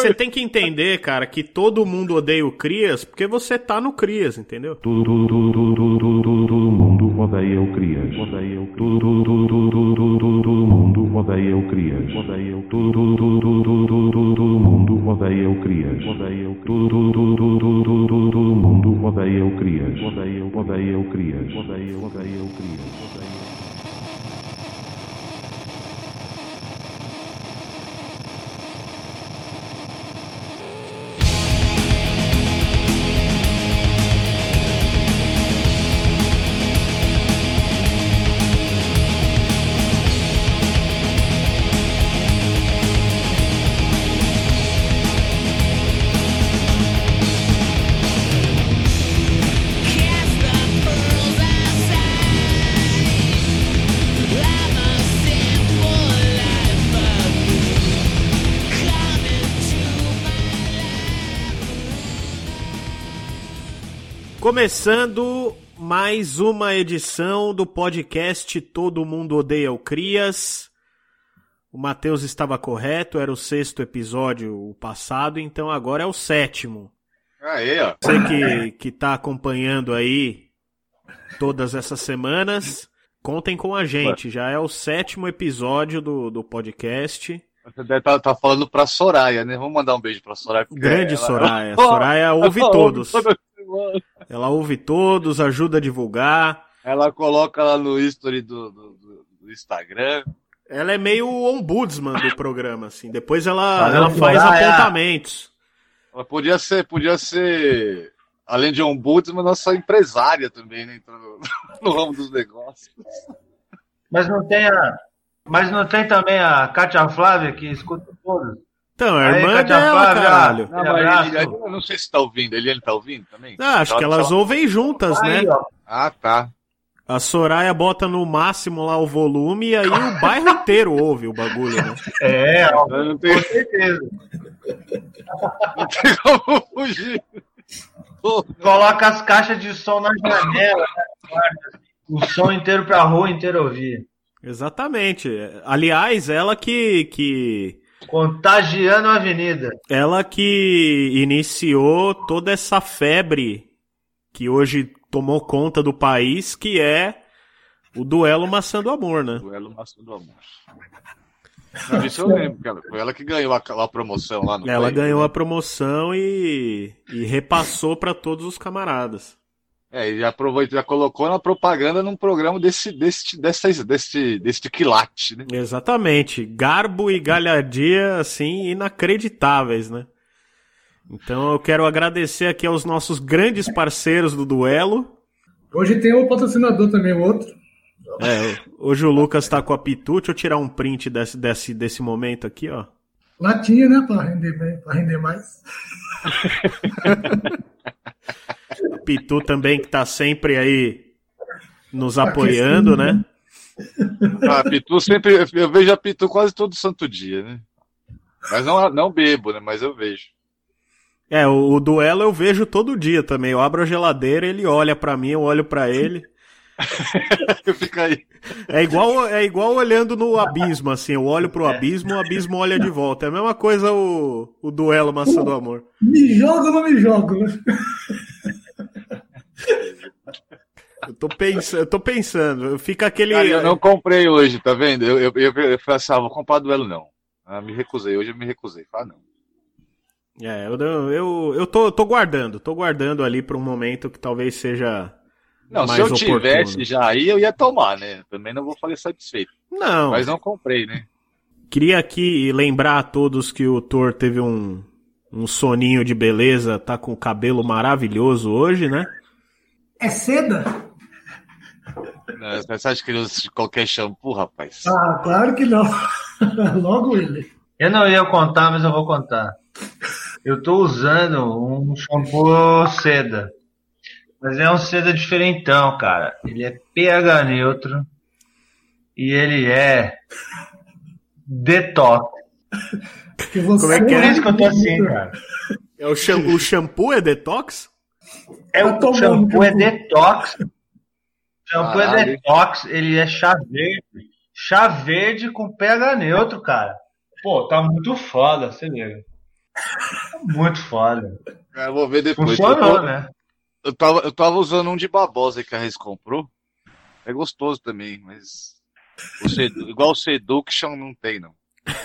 você tem que entender, cara, que todo mundo odeia o Crias porque você tá no Crias, entendeu? Todo mundo odeia o Crias. Todo mundo odeia o Crias. Todo mundo odeia o Crias. Todo mundo odeia o Crias. Odeia o Crias. Odeia o Crias. Começando mais uma edição do podcast Todo Mundo Odeia o Crias. O Matheus estava correto, era o 6º episódio o passado, então agora é o 7º. Aí, ó. Você que tá acompanhando aí todas essas semanas, contem com a gente. Já é o 7º episódio do podcast. Você deve estar falando pra Soraya, né? Vamos mandar um beijo pra Soraya. Grande Soraya. Soraya ouve todos. Ela ouve todos, ajuda a divulgar. Ela coloca lá no history do Instagram. Ela é meio ombudsman do programa, assim. Depois ela faz apontamentos. Ela podia ser, além de ombudsman, nossa empresária também, né? No ramo dos negócios. Mas não tem também a Kátia Flávia, que escuta todos? Então, a irmã dela, caralho. Eu não sei se tá ouvindo. Ele tá ouvindo também? Acho que elas ouvem juntas, aí, né? Ó. Ah, tá. A Soraya bota no máximo lá o volume e aí o bairro inteiro ouve o bagulho, né? Com certeza. Não tem como fugir. Coloca as caixas de som na janela, né? O som inteiro pra rua inteira ouvir. Exatamente. Aliás, ela que contagiando a avenida. Ela que iniciou toda essa febre que hoje tomou conta do país, que é o duelo Maçã do Amor, né? Duelo Maçã do Amor. Não, isso eu lembro, cara. Foi ela que ganhou a promoção lá no Ela país, ganhou né? a promoção e repassou para todos os camaradas. E já aproveitou, já colocou na propaganda num programa deste quilate, né? Exatamente. Garbo e galhardia, assim, inacreditáveis, né? Então eu quero agradecer aqui aos nossos grandes parceiros do duelo. Hoje tem um patrocinador também, o outro. Hoje o Lucas tá com a Pitu. Deixa eu tirar um print desse momento aqui, ó. Latinha, né? Pra render bem, pra render mais. Pitu também, que tá sempre aí nos apoiando, né? A Pitu sempre... Eu vejo a Pitu quase todo santo dia, né? Mas não bebo, né? Mas eu vejo. O duelo eu vejo todo dia também. Eu abro a geladeira, ele olha pra mim, eu olho pra ele. Fica aí. É igual olhando no abismo, assim. Eu olho pro abismo, o abismo olha de volta. É a mesma coisa o duelo Maçã do Amor. Me joga ou não me joga? Eu tô pensando. Fica aquele... Cara, eu não comprei hoje, tá vendo? Eu falei assim, vou comprar duelo não. Me recusei, hoje eu me recusei. Não. Eu tô guardando ali pra um momento que talvez seja... Não, mais se eu oportuno. tivesse já aí, eu ia tomar, né? Também não vou fazer satisfeito. Não. Mas não comprei, né? Queria aqui lembrar a todos que o Thor teve um soninho de beleza, tá com o cabelo maravilhoso hoje, né? É seda? Não, você acha que ele usa qualquer shampoo, rapaz? Ah, claro que não. Logo ele. Eu não ia contar, mas eu vou contar. Eu tô usando um shampoo seda. Mas é um seda diferentão, cara. Ele é pH neutro e ele é detox. Como é que Por é? isso que eu tô assim, cara. O shampoo é detox? O shampoo é detox. O shampoo é Caralho. detox, ele é chá verde. Chá verde com pH neutro, cara. Pô, tá muito foda, você liga. Muito foda. Eu vou ver depois. Funcionou, né? Eu tava usando um de babosa que a Reis comprou. É gostoso também, mas igual o Seduction não tem, não.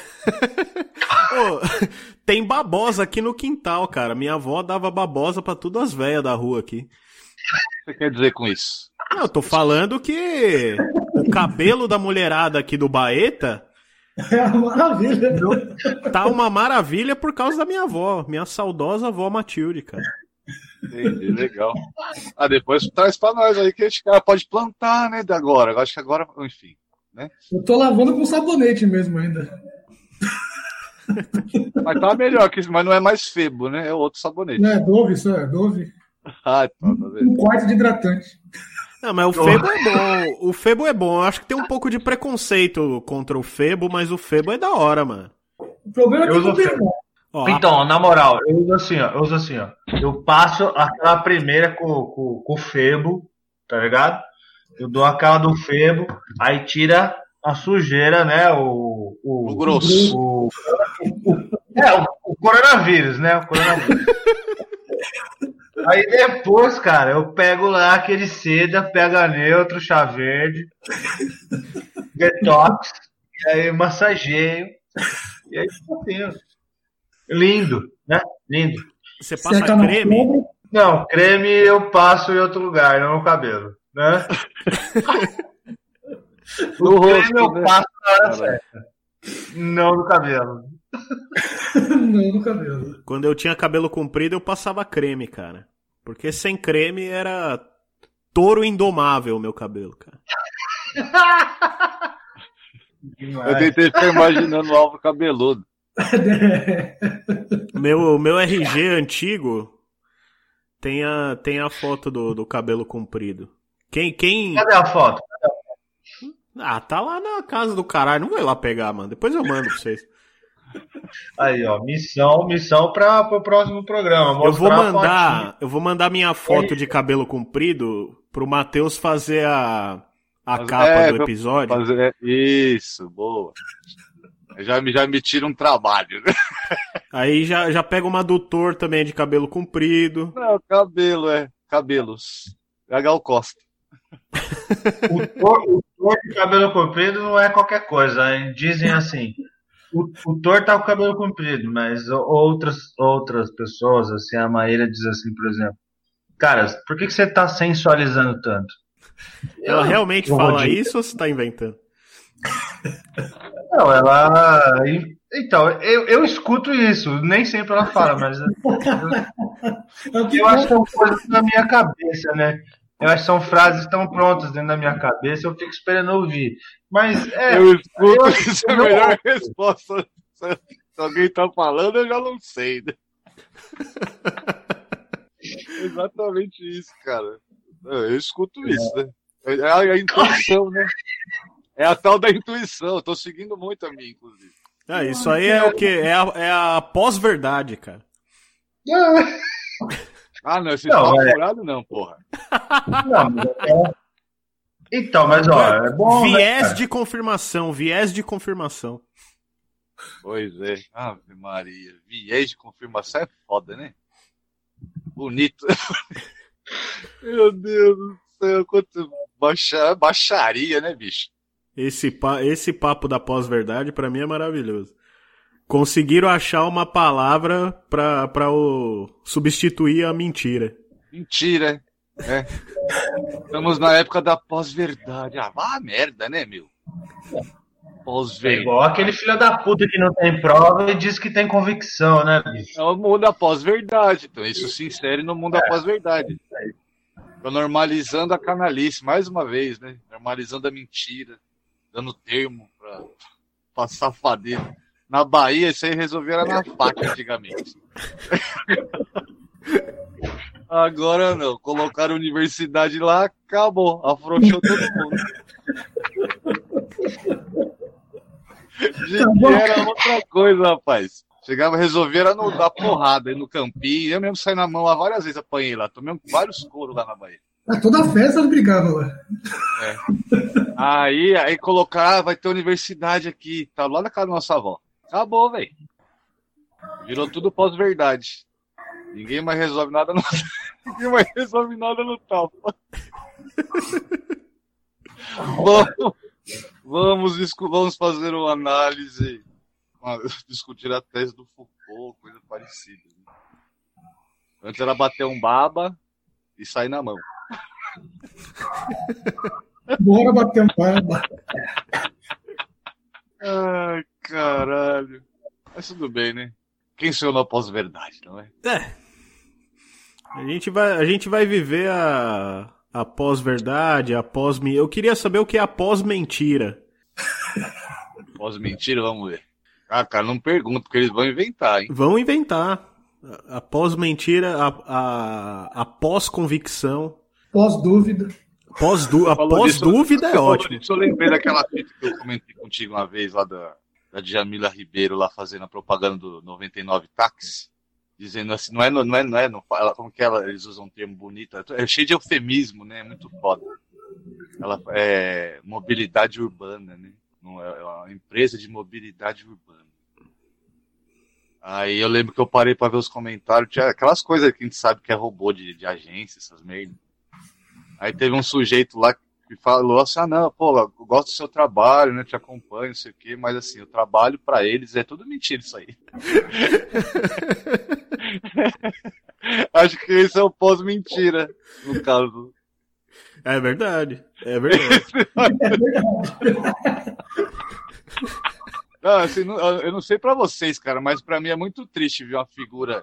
Pô, tem babosa aqui no quintal, cara. Minha avó dava babosa pra todas as velhas da rua aqui. O que você quer dizer com isso? Não, eu tô falando que o cabelo da mulherada aqui do Baeta É uma maravilha. tá uma maravilha por causa da minha avó, minha saudosa avó Matilde, cara. Entendi, legal. Depois traz pra nós aí que a gente pode plantar, né, de agora. Eu acho que agora, enfim, né? Eu tô lavando com sabonete mesmo ainda. Mas tá melhor que isso, mas não é mais Febo, né? É outro sabonete. Não é Dove, isso é Dove. Então, tá vendo? 1 quarto de hidratante. Não, mas o Febo é bom. O Febo é bom. Eu acho que tem um pouco de preconceito contra o Febo, mas o Febo é da hora, mano. O problema é que Eu não uso tem bom. Ó, Então, na moral, eu uso assim, ó. Eu passo aquela primeira com o Febo, tá ligado? Eu dou aquela do Febo, aí tira a sujeira, né? O grosso. O coronavírus, né? O coronavírus. Aí depois, cara, eu pego lá aquele seda, pH neutro, chá verde, detox, e aí massageio, e aí assim, lindo, né? Lindo. você passa Seca na creme? sombra. Não, creme eu passo em outro lugar, não no cabelo, né? No O creme rosto, eu né? passo na hora certa, não no cabelo. Não, no cabelo. Quando eu tinha cabelo comprido, eu passava creme, cara. Porque sem creme era touro indomável o meu cabelo, cara. Eu tentei ficar imaginando o Álvaro cabeludo. Meu RG antigo tem a foto do cabelo comprido. Quem... Cadê a foto? Ah, tá lá na casa do caralho. Não vai lá pegar, mano. Depois eu mando pra vocês. Aí, ó, missão para o próximo programa. Eu vou mandar minha foto de cabelo comprido pro Matheus fazer a capa do episódio. Isso, boa. Já me tira um trabalho, né? Aí já pega uma adutor também de cabelo comprido. Não, cabelos. Gal Costa. O Thor de cabelo comprido não é qualquer coisa, hein? Dizem assim. O Thor tá com o cabelo comprido, mas outras pessoas, assim, a Maíra diz assim, por exemplo, cara, por que você tá sensualizando tanto? Ela realmente fala isso ou você tá inventando? Não, ela... Então, eu escuto isso, nem sempre ela fala, mas É o que eu acho que são coisas na minha cabeça, né? Eu acho que são frases que estão prontas dentro da minha cabeça, eu fico esperando ouvir. Mas eu escuto, isso é a melhor resposta. Se alguém tá falando, eu já não sei, né? Exatamente isso, cara. Eu escuto isso, né? É a intuição, né? É a tal da intuição. Eu tô seguindo muito a minha, inclusive. Isso aí é o quê? É a pós-verdade, cara. Não, esse papo não, porra. Não, então, mas ó, é bom. Viés né, de confirmação. Pois é. Ave Maria. Viés de confirmação é foda, né? Bonito. Meu Deus do céu. Quanto baixaria, né, bicho? Esse papo da pós-verdade, pra mim, é maravilhoso. Conseguiram achar uma palavra pra substituir a mentira. Mentira, é. Estamos na época da pós-verdade. Merda, né, meu? É igual aquele filho da puta que não tem prova e diz que tem convicção, né, bicho? É o mundo da pós-verdade. Então, isso se insere no mundo da pós-verdade. Tô normalizando a canalice, mais uma vez, né? Normalizando a mentira. Dando termo pra safadeza. Na Bahia, isso aí resolveram na faca antigamente. Agora não. Colocaram universidade lá, acabou. Afrouxou todo mundo. Era outra coisa, rapaz. Chegava, resolveram dar porrada aí no campinho. Eu mesmo saí na mão lá várias vezes, apanhei lá. Tomei vários coros lá na Bahia. Toda festa eles brigavam lá. Aí colocar, vai ter universidade aqui. Tá lá na casa da nossa avó. Acabou, velho. Virou tudo pós-verdade. Ninguém mais resolve nada no Ninguém mais resolve nada no tapa. Vamos fazer uma análise, discutir a tese do Foucault, coisa parecida. Né? Antes era bater um baba e sair na mão. Bora bater um baba. Ai, caralho. Mas tudo bem, né? Quem sou eu na pós-verdade, não é? A gente vai viver a pós-verdade, a pós... Eu queria saber o que é a pós-mentira. Pós-mentira, vamos ver. Ah, cara, não pergunta, porque eles vão inventar, hein? Vão inventar. A pós-mentira, a pós-convicção. Pós-dúvida. A pós-dúvida é ótimo. Eu lembrei daquela fita que eu comentei contigo uma vez, lá da Djamila Ribeiro, lá fazendo a propaganda do 99 Táxi, dizendo assim, como que eles usam um termo bonito, é cheio de eufemismo, né, muito foda. Ela é mobilidade urbana, né, é uma empresa de mobilidade urbana. Aí eu lembro que eu parei pra ver os comentários, tinha aquelas coisas que a gente sabe que é robô de agência, essas merdas. Aí teve um sujeito lá que falou assim, não, pô, eu gosto do seu trabalho, né, te acompanho, não sei o quê, mas assim, o trabalho pra eles é tudo mentira isso aí. Acho que esse é o pós-mentira, no caso. É verdade, é verdade. Não, assim, eu não sei pra vocês, cara, mas pra mim é muito triste ver uma figura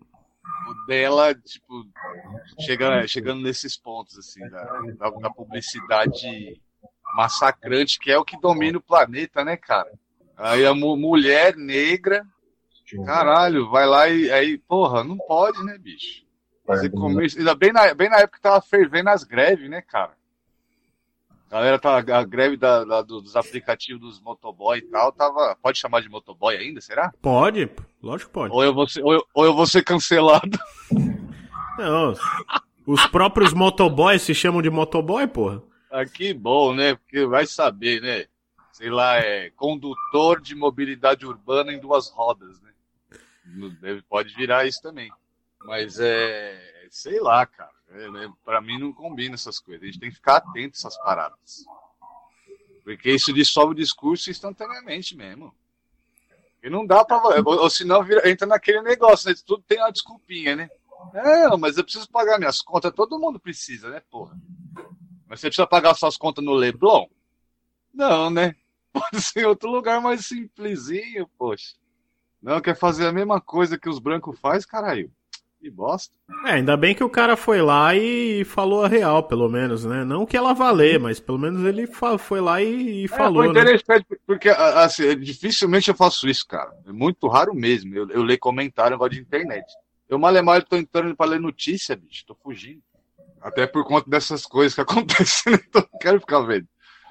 dela, tipo, chegando nesses pontos, assim, da publicidade massacrante, que é o que domina o planeta, né, cara? Aí a mulher negra, caralho, vai lá e aí, porra, não pode, né, bicho? Fazer comércio, ainda bem na época que tava fervendo as greves, né, cara? Galera, a greve dos aplicativos dos motoboy e tal, pode chamar de motoboy ainda, será? Pode, lógico que pode. Ou eu vou ser cancelado. Não, os próprios motoboys se chamam de motoboy, porra. Ah, que bom, né? Porque vai saber, né? Sei lá, é condutor de mobilidade urbana em 2 rodas, né? Pode virar isso também. Mas sei lá, cara. Pra mim não combina essas coisas. A gente tem que ficar atento a essas paradas. Porque isso dissolve o discurso instantaneamente mesmo. E não dá pra... Ou senão entra naquele negócio, né? Tudo tem uma desculpinha, né? Não, mas eu preciso pagar minhas contas. Todo mundo precisa, né, porra? Mas você precisa pagar suas contas no Leblon? Não, né? Pode ser em outro lugar mais simplesinho, poxa. Não, quer fazer a mesma coisa que os brancos fazem, caralho. Que bosta. Ainda bem que o cara foi lá e falou a real, pelo menos, né? Não que ela valer, mas pelo menos ele foi lá e falou, foi interessante, né? Porque assim, dificilmente eu faço isso, cara. É muito raro mesmo. Eu leio comentário, negócio de internet. Eu malemar tô entrando pra ler notícia, bicho. Tô fugindo. Até por conta dessas coisas que acontecem, então não quero ficar vendo.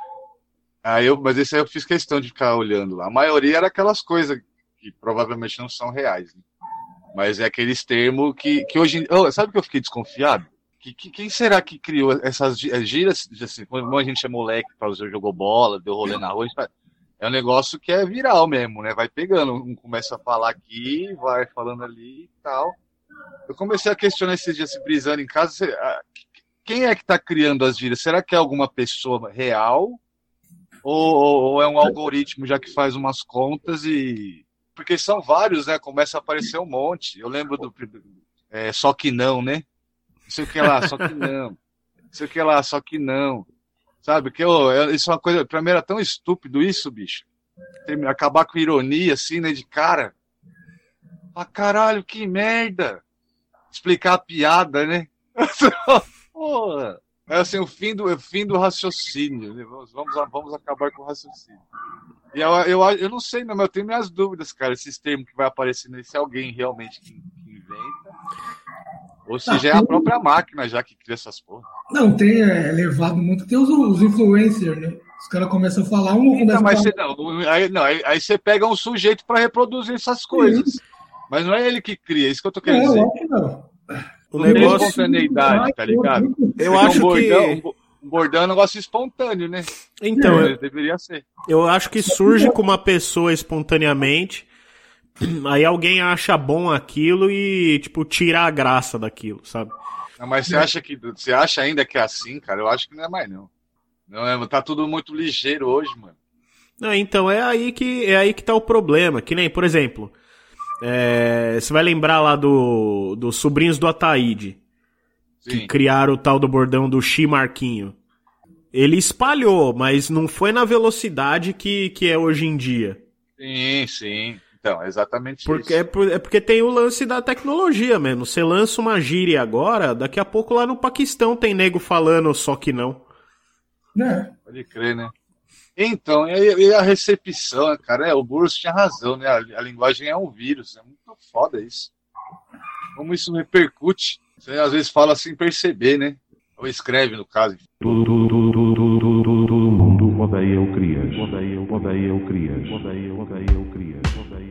Mas esse aí eu fiz questão de ficar olhando lá. A maioria era aquelas coisas que provavelmente não são reais, né? Mas é aqueles termos que hoje... sabe que eu fiquei desconfiado? Quem será que criou essas gírias, assim, quando a gente é moleque, jogou bola, deu rolê na rua, é um negócio que é viral mesmo, né? Vai pegando, um começa a falar aqui, vai falando ali e tal. Eu comecei a questionar esses dias, se brisando em casa, quem é que tá criando as gírias? Será que é alguma pessoa real? Ou é um algoritmo já que faz umas contas e... Porque são vários, né? Começa a aparecer um monte. Eu lembro do só que não, né? Não sei o que lá, só que não. Não sei o que lá, só que não. Sabe? Que isso é uma coisa... Pra mim era tão estúpido isso, bicho. Acabar com ironia, assim, né? De cara. Ah, caralho, que merda. Explicar a piada, né? Porra. É assim, o fim do raciocínio. Né? Vamos acabar com o raciocínio. E eu não sei, não, mas eu tenho minhas dúvidas, cara, esses termos que vai aparecendo aí, se é alguém realmente que inventa, ou se já é a própria máquina já que cria essas porra. Não, tem levado muito, tem os influencers, né? Os caras começam a falar, começa a falar. Aí você pega um sujeito pra reproduzir essas coisas. Mas não é ele que cria, é isso que eu tô querendo dizer. Não. O negócio... Tem espontaneidade, tá ligado? Eu acho que... Um bordão é um negócio espontâneo, né? Então, deveria ser. Eu acho que surge com uma pessoa espontaneamente, Aí alguém acha bom aquilo e, tipo, tira a graça daquilo, sabe? Não, mas você acha ainda que é assim, cara? Eu acho que não é mais, não. Não, tá tudo muito ligeiro hoje, mano. Não, então é aí que tá o problema. Que nem, por exemplo, você vai lembrar lá dos sobrinhos do Ataíde, que criaram o tal do bordão do Xi Marquinho. Ele espalhou, mas não foi na velocidade que é hoje em dia. Sim. Então, é exatamente porque isso. É porque tem o lance da tecnologia mesmo. Você lança uma gíria agora, daqui a pouco lá no Paquistão tem nego falando só que não. Pode crer, né? Então, e a recepção, cara, o Burros tinha razão, né? A linguagem é um vírus, é muito foda isso. Como isso repercute? Você às vezes fala sem perceber, né? Ou escreve, no caso. Todo mundo odeia o Crias. Odeia o Crias. Odeia o Crias.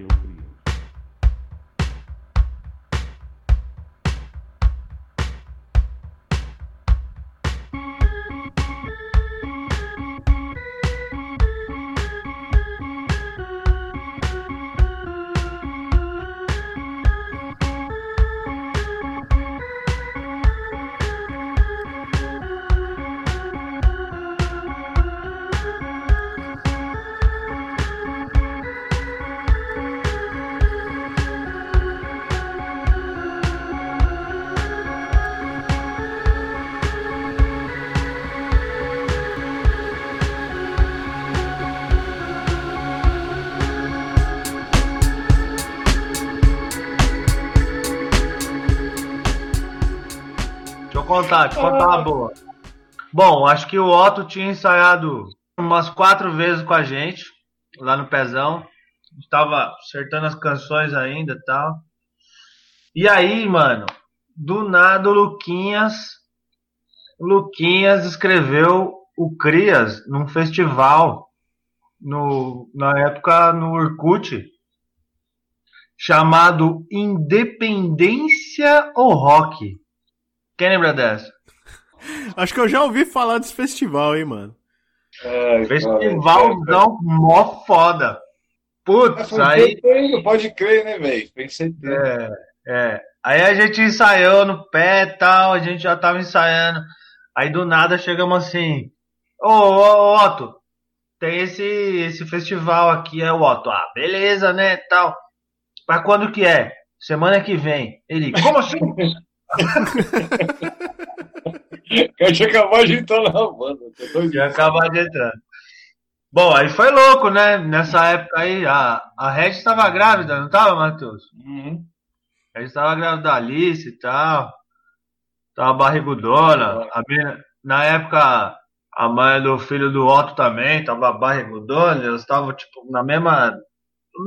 Te contar uma boa. Bom, acho que o Otto tinha ensaiado umas 4 vezes com a gente, lá no Pezão. Estava acertando as canções ainda e tal. E aí, mano, do nada o Luquinhas escreveu o Crias num festival, na época no Orkut, chamado Independência ou Rock. Quem lembra dessa? Acho que eu já ouvi falar desse festival, hein, mano. Festivalzão mó foda. Putz, aí... Pode crer, né, velho? Pensei Aí a gente ensaiou no pé e tal, a gente já tava ensaiando. Aí do nada chegamos assim... Ô, Otto, tem esse festival aqui, é o Otto. Ah, beleza, né, tal. Pra quando que é? Semana que vem. Ele, como assim? Eu tinha acabado de entrar na banda. Tinha acabado de entrar. Bom, aí foi louco, né? Nessa época aí, a Red estava grávida, não estava, Matheus? Uhum. A gente estava grávida da Alice e tal. Tava barrigudona. Na época, a mãe do filho do Otto também tava barrigudona. Elas estavam, tipo, na mesma... No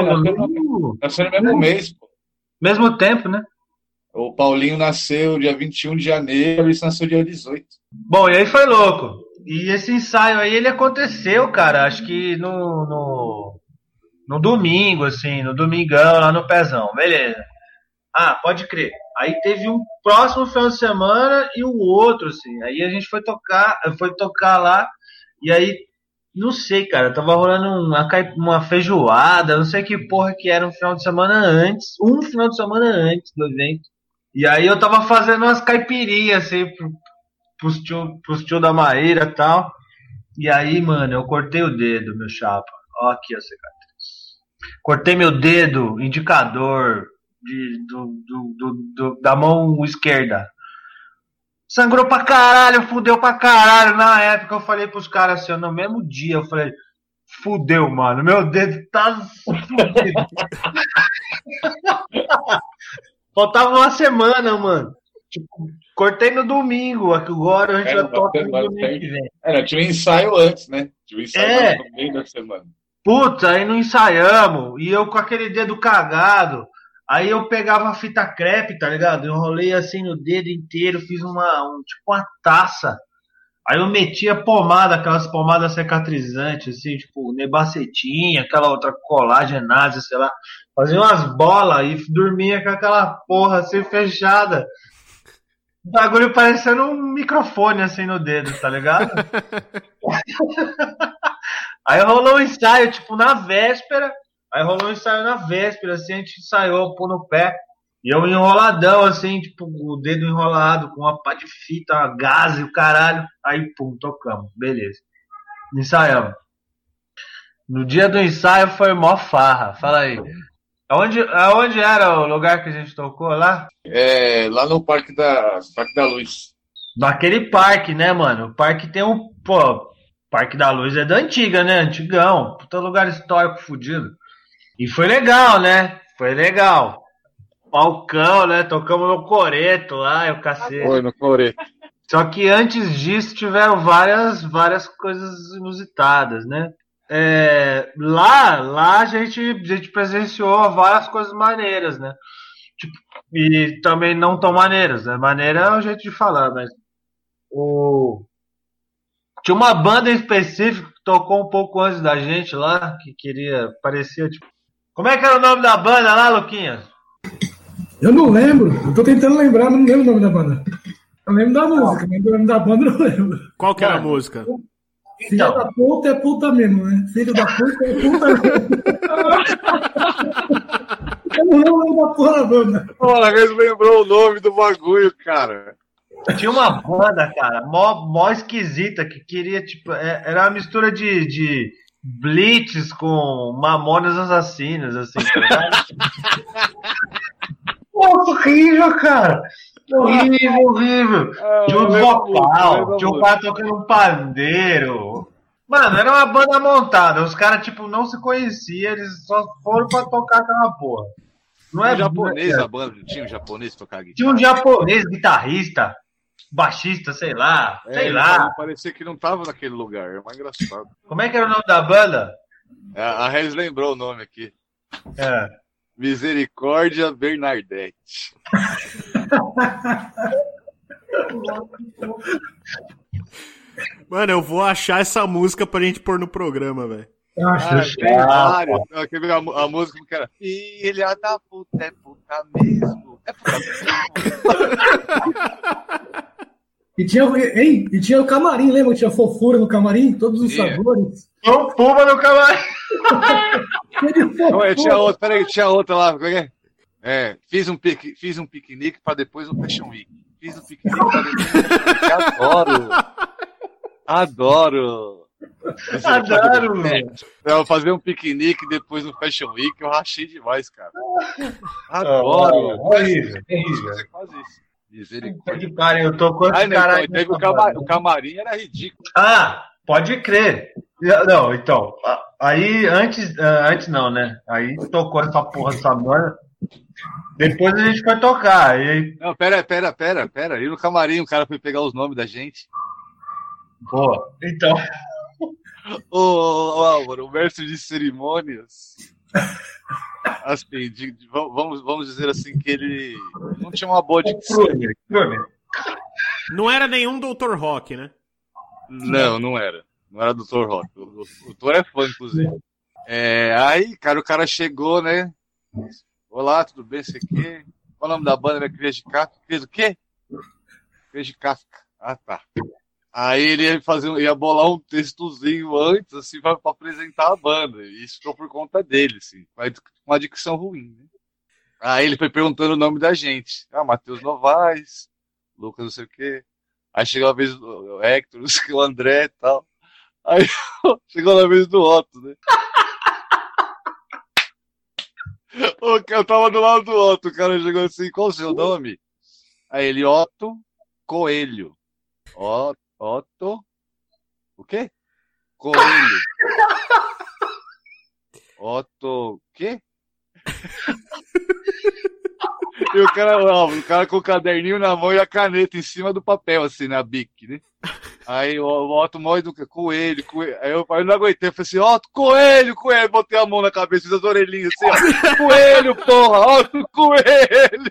mesmo mês, pô. Mesmo tempo, né? O Paulinho nasceu dia 21 de janeiro, ele nasceu dia 18. Bom, e aí foi louco. E esse ensaio aí, ele aconteceu, cara, acho que no domingo, assim, no domingão, lá no Pezão, beleza. Ah, pode crer. Aí teve um próximo final de semana e o outro, assim. Aí a gente foi tocar lá, e aí, não sei, cara, tava rolando uma feijoada, não sei que porra que era um final de semana antes do evento. E aí eu tava fazendo umas caipirinhas, assim, pros tio da Maíra e tal. E aí, mano, eu cortei o dedo, meu chapa. Ó aqui a cicatriz. Cortei meu dedo, indicador da mão esquerda. Sangrou pra caralho, fudeu pra caralho. Na época eu falei pros caras assim, no mesmo dia, eu falei, fudeu, mano, meu dedo tá fudido. Faltava uma semana, mano. Tipo, cortei no domingo, agora a gente já toca no domingo que vem. Tinha um ensaio antes, né? Tinha um ensaio no meio da semana. Putz, aí não ensaiamos, e eu com aquele dedo cagado. Aí eu pegava a fita crepe, tá ligado? Eu enrolei assim no dedo inteiro, fiz tipo uma taça. Aí eu metia pomada, aquelas pomadas cicatrizantes, assim, tipo nebacetinha, aquela outra colagenase, sei lá. Fazia umas bolas e dormia com aquela porra assim fechada. O bagulho parecendo um microfone assim no dedo, tá ligado? Aí rolou um ensaio, tipo, na véspera. Aí rolou um ensaio na véspera, assim, a gente ensaiou, pôr no pé. E eu enroladão, assim, tipo, o dedo enrolado, com uma pá de fita, uma gás e o caralho. Aí, pum, tocamos. Beleza. Ensaiamos. No dia do ensaio foi mó farra. Fala aí. Aonde era o lugar que a gente tocou lá? Lá no Parque da Luz. Naquele parque, né, mano? O parque tem um... Pô, Parque da Luz é da antiga, né? Antigão. Puta lugar histórico fudido. E foi legal, né? Foi legal. Palcão, né? Tocamos no Coreto lá, o cacete. Foi no Coreto. Só que antes disso tiveram várias coisas inusitadas, né? Lá a gente presenciou várias coisas maneiras, né? Tipo, e também não tão maneiras, né? Maneira é o jeito de falar, mas tinha uma banda em específico que tocou um pouco antes da gente lá, que parecia tipo... Como é que era o nome da banda lá, Luquinhas? Eu não lembro, eu tô tentando lembrar, mas não lembro o nome da banda. Eu lembro da música, mas o nome da banda eu não lembro. Qual que era a música? Filho da puta é puta mesmo, né? Filho da puta é puta mesmo. Eu não lembro o nome da porra da banda. Olha, eles lembrou o nome do bagulho, cara. Tinha uma banda, cara, mó esquisita, que queria, tipo, era uma mistura de Blitz com Mamonas Assassinas, assim, tá ligado? Nossa, horrível, cara. Horrível. Tinha um vocal, tinha um cara tocando um pandeiro. Mano, era uma banda montada. Os caras, tipo, não se conheciam, eles só foram pra tocar aquela porra. Não é japonês a banda, tinha um japonês tocar guitarra. Tinha um japonês, guitarrista, baixista, sei lá. Parecia que não tava naquele lugar, é mais engraçado. Como é que era o nome da banda? A Regis lembrou o nome aqui. É. Misericórdia Bernadette. Mano, eu vou achar essa música pra gente pôr no programa, velho. Tem vários. Quer ver a música que era Filha da puta, é puta mesmo. É puta mesmo. E tinha o camarim, lembra que tinha fofura no camarim? Todos os sabores. Tinha um puma no camarim. Tinha outra, peraí, tinha outra lá. Fiz um piquenique pra depois no Fashion Week. Fiz um piquenique pra depois no Fashion Week. Adoro. Eu fazer um piquenique depois no Fashion Week, eu rachei demais, cara. Adoro. Horrível. Quase isso. Misericórdia. Eu tô com esse caralho. Teve o camarim, era ridículo. Pode crer. Não, então. Aí, antes não, né? Aí tocou essa porra dessa banda. Depois a gente foi tocar. Não, pera. E no camarim o cara foi pegar os nomes da gente. Pô, então. Álvaro, o mestre de cerimônias. Assim, vamos dizer assim que ele não tinha uma boa dicção. Não era nenhum Dr. Rock, né? Não era. Não era Dr. Rock. O doutor é fã, inclusive. Aí, cara, o cara chegou, né? Olá, tudo bem? Você quer? Qual é o nome da banda? Era Cria de Kafka. Cria do quê? Cria de Kafka. Ah, tá. Aí ele ia bolar um textozinho antes, assim, pra apresentar a banda. E isso ficou por conta dele, assim. Com uma dicção ruim, né? Aí ele foi perguntando o nome da gente. Matheus Novaes, Lucas não sei o quê. Aí chegou a vez do Hector, o André e tal. Aí chegou na vez do Otto, né? Eu tava do lado do Otto, o cara chegou assim, qual o seu nome? Aí ele, Otto Coelho. Otto. O quê? Coelho. Otto. O quê? E o cara com o caderninho na mão e a caneta em cima do papel, assim, na bic, né? Aí o Otto morre do Coelho. Aí eu não aguentei, eu falei assim, Otto, Coelho. Botei a mão na cabeça, fiz as orelhinhas assim, ó. Coelho, porra, Otto, Coelho.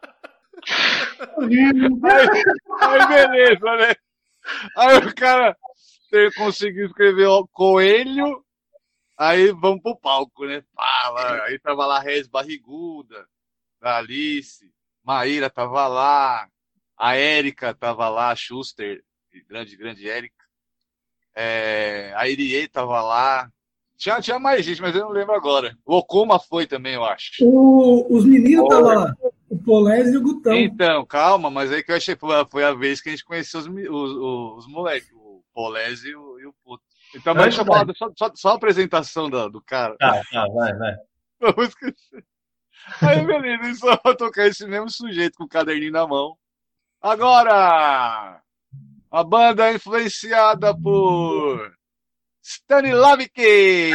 Aí beleza, né? Aí o cara conseguiu escrever Coelho, aí vamos pro palco, né? Aí tava lá a Regis Barriguda, da Alice, Maíra tava lá, a Érica tava lá, a Schuster, grande Érica, a Irie tava lá, Tinha mais gente, mas eu não lembro agora. O Okuma foi também, eu acho. Os meninos estavam lá. O Polés e o Gutão. Então, calma, mas aí que eu achei foi a vez que a gente conheceu os moleques, o Polés e o Puto. Então, mas deixa eu falar só a apresentação do cara. Tá, vai. Eu vou esquecer. Aí, beleza, eles só vão tocar esse mesmo sujeito com o caderninho na mão. Agora, a banda influenciada por Stanislavic,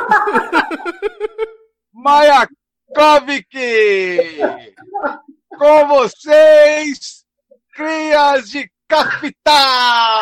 Mayakovic, com vocês, crias de capital!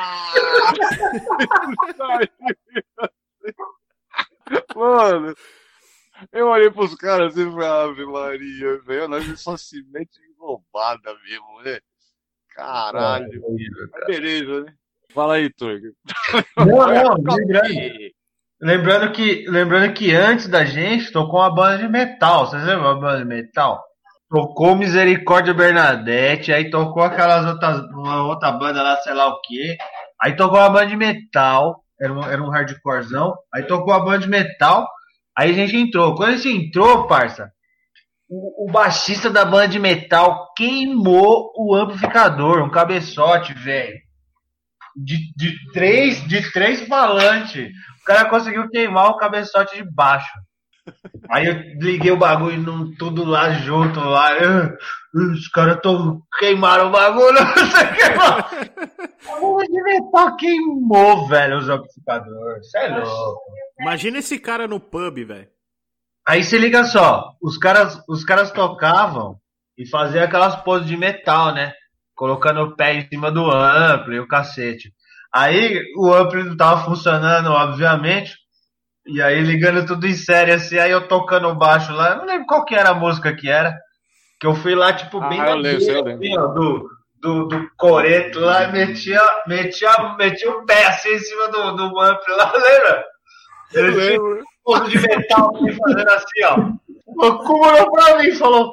Mano, eu olhei pros caras assim e falei, Ave Maria, velho, nós só se mete em roubada mesmo, né? Caralho. Mas beleza, né? Fala aí, Torga. Não, lembrando que antes da gente tocou uma banda de metal. Vocês lembram uma banda de metal? Tocou Misericórdia Bernadette, aí tocou uma outra banda lá, sei lá o que. Aí tocou uma banda de metal, era um hardcorezão. Aí tocou a banda de metal, aí a gente entrou. Quando a gente entrou, parça, o baixista da banda de metal queimou o amplificador, um cabeçote, velho. De três falantes. O cara conseguiu queimar o cabeçote de baixo. Aí eu liguei o bagulho tudo lá junto lá. Os caras queimaram o bagulho. Não sei o que. A bomba de metal queimou, velho, os amplificadores. Isso é louco. Imagina esse cara no pub, velho. Aí se liga só. Os caras tocavam e faziam aquelas poses de metal, né? Colocando o pé em cima do ampli e o cacete. Aí o ampli não tava funcionando, obviamente. E aí ligando tudo em série assim, aí eu tocando o baixo lá. Eu não lembro qual que era a música que era. Que eu fui lá, tipo, bem eu lembro. Assim, ó, do coreto lá e metia o pé assim em cima do ampli lá, lembra? Eu lembro. Um pouco de metal assim, fazendo assim, ó. O Kuma olhou pra mim e falou.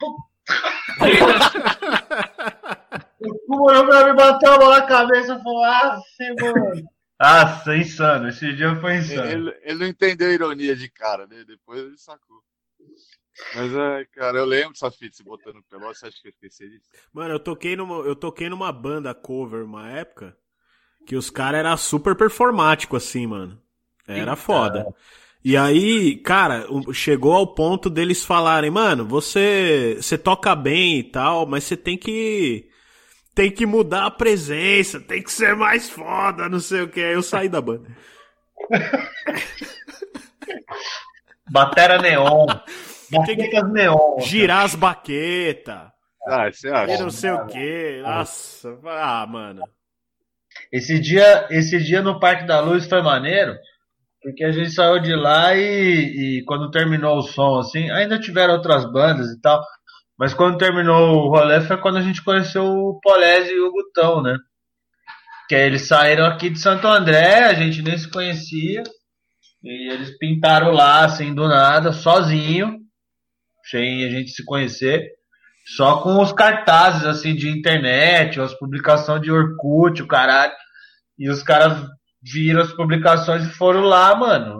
O Kuma olhou pra mim, bateu a mão na cabeça e falou, mano. Nossa, insano. Esse dia foi insano. Ele não entendeu a ironia de cara, né? Depois ele sacou. Mas, cara, eu lembro dessa fita, se botando pelota, você acha que eu esqueci disso? Mano, eu toquei numa banda cover uma época que os caras eram super performáticos, assim, mano. Era foda. E aí, cara, chegou ao ponto deles falarem, mano, você toca bem e tal, mas você tem que mudar a presença, tem que ser mais foda, não sei o que. Aí eu saí da banda. Batera neon. Baquetas neon. Girar as baquetas. Você acha? E não sei o que. Nossa, mano. Esse dia no Parque da Luz foi maneiro, porque a gente saiu de lá e quando terminou o som, assim, ainda tiveram outras bandas e tal, mas quando terminou o rolê foi quando a gente conheceu o Polés e o Gutão, né? Que aí eles saíram aqui de Santo André, a gente nem se conhecia, e eles pintaram lá, assim, do nada, sozinho, sem a gente se conhecer, só com os cartazes, assim, de internet, as publicações de Orkut, o caralho, e os caras viram as publicações e foram lá, mano,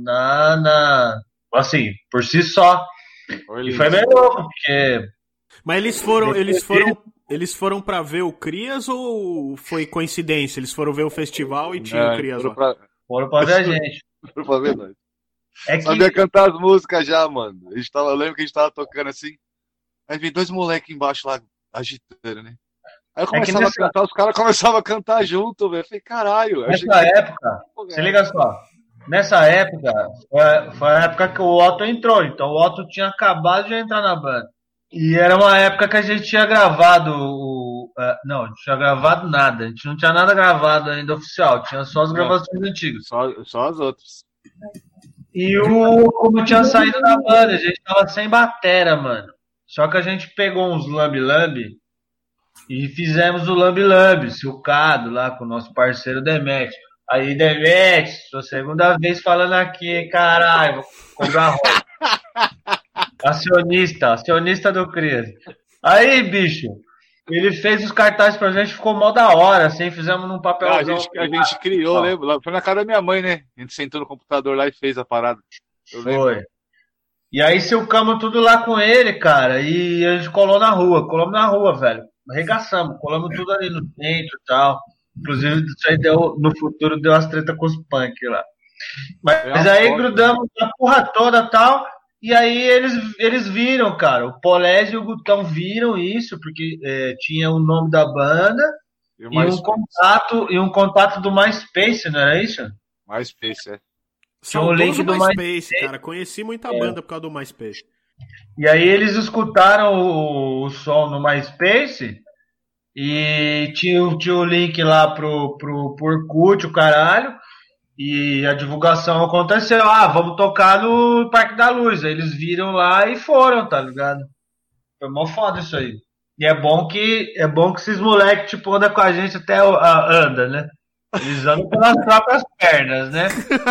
assim, por si só. E foi bem louco, porque... Mas eles foram pra ver o Crias ou foi coincidência? Eles foram ver o festival e tinha o Crias lá? Foram pra ver a gente. Foram pra ver nós. Sabia cantar as músicas já, mano. Eu lembro que a gente tava tocando assim, aí vi dois moleques embaixo lá, agitando, né? Aí eu começava a cantar, os caras começavam a cantar junto, velho. Eu falei, caralho. Nessa época, se liga só. Nessa época, foi a época que o Otto entrou. Então o Otto tinha acabado de entrar na banda. E era uma época que a gente tinha gravado não, não tinha gravado nada. A gente não tinha nada gravado ainda oficial. Tinha só as gravações antigas. Só as outras. E como tinha saído da banda, a gente tava sem batera, mano. Só que a gente pegou uns lambi-lambi e fizemos o lambi-lambi, silcado lá com o nosso parceiro Demet. Aí, Demet, sua segunda vez falando aqui, caralho, vou cobrar roda. Acionista do Crias. Aí, bicho, Ele fez os cartazes pra gente, ficou mó da hora, assim, fizemos num papelzão. A gente criou, lembra? Foi na casa da minha mãe, né? A gente sentou no computador lá e fez a parada. Foi. E aí silcamos tudo lá com ele, cara, e a gente colamos na rua, velho. Arregaçamos, colamos tudo ali no centro e tal. Inclusive, isso aí no futuro deu as tretas com os punk lá. Mas aí grudamos a porra toda e tal. E aí eles viram, cara. O Polese e o Gutão viram isso, porque tinha o nome da banda e um contato do MySpace, não era isso? MySpace, Tinha o link do MySpace, cara. Conheci muita banda por causa do MySpace. E aí eles escutaram o som no MySpace e tinha o link lá pro Orkut, o caralho. E a divulgação aconteceu. Vamos tocar no Parque da Luz. Aí eles viram lá e foram, tá ligado? Foi mó foda isso aí. E é bom que esses moleques, tipo, andam com a gente até anda, né? Eles andam pelas próprias pernas, né?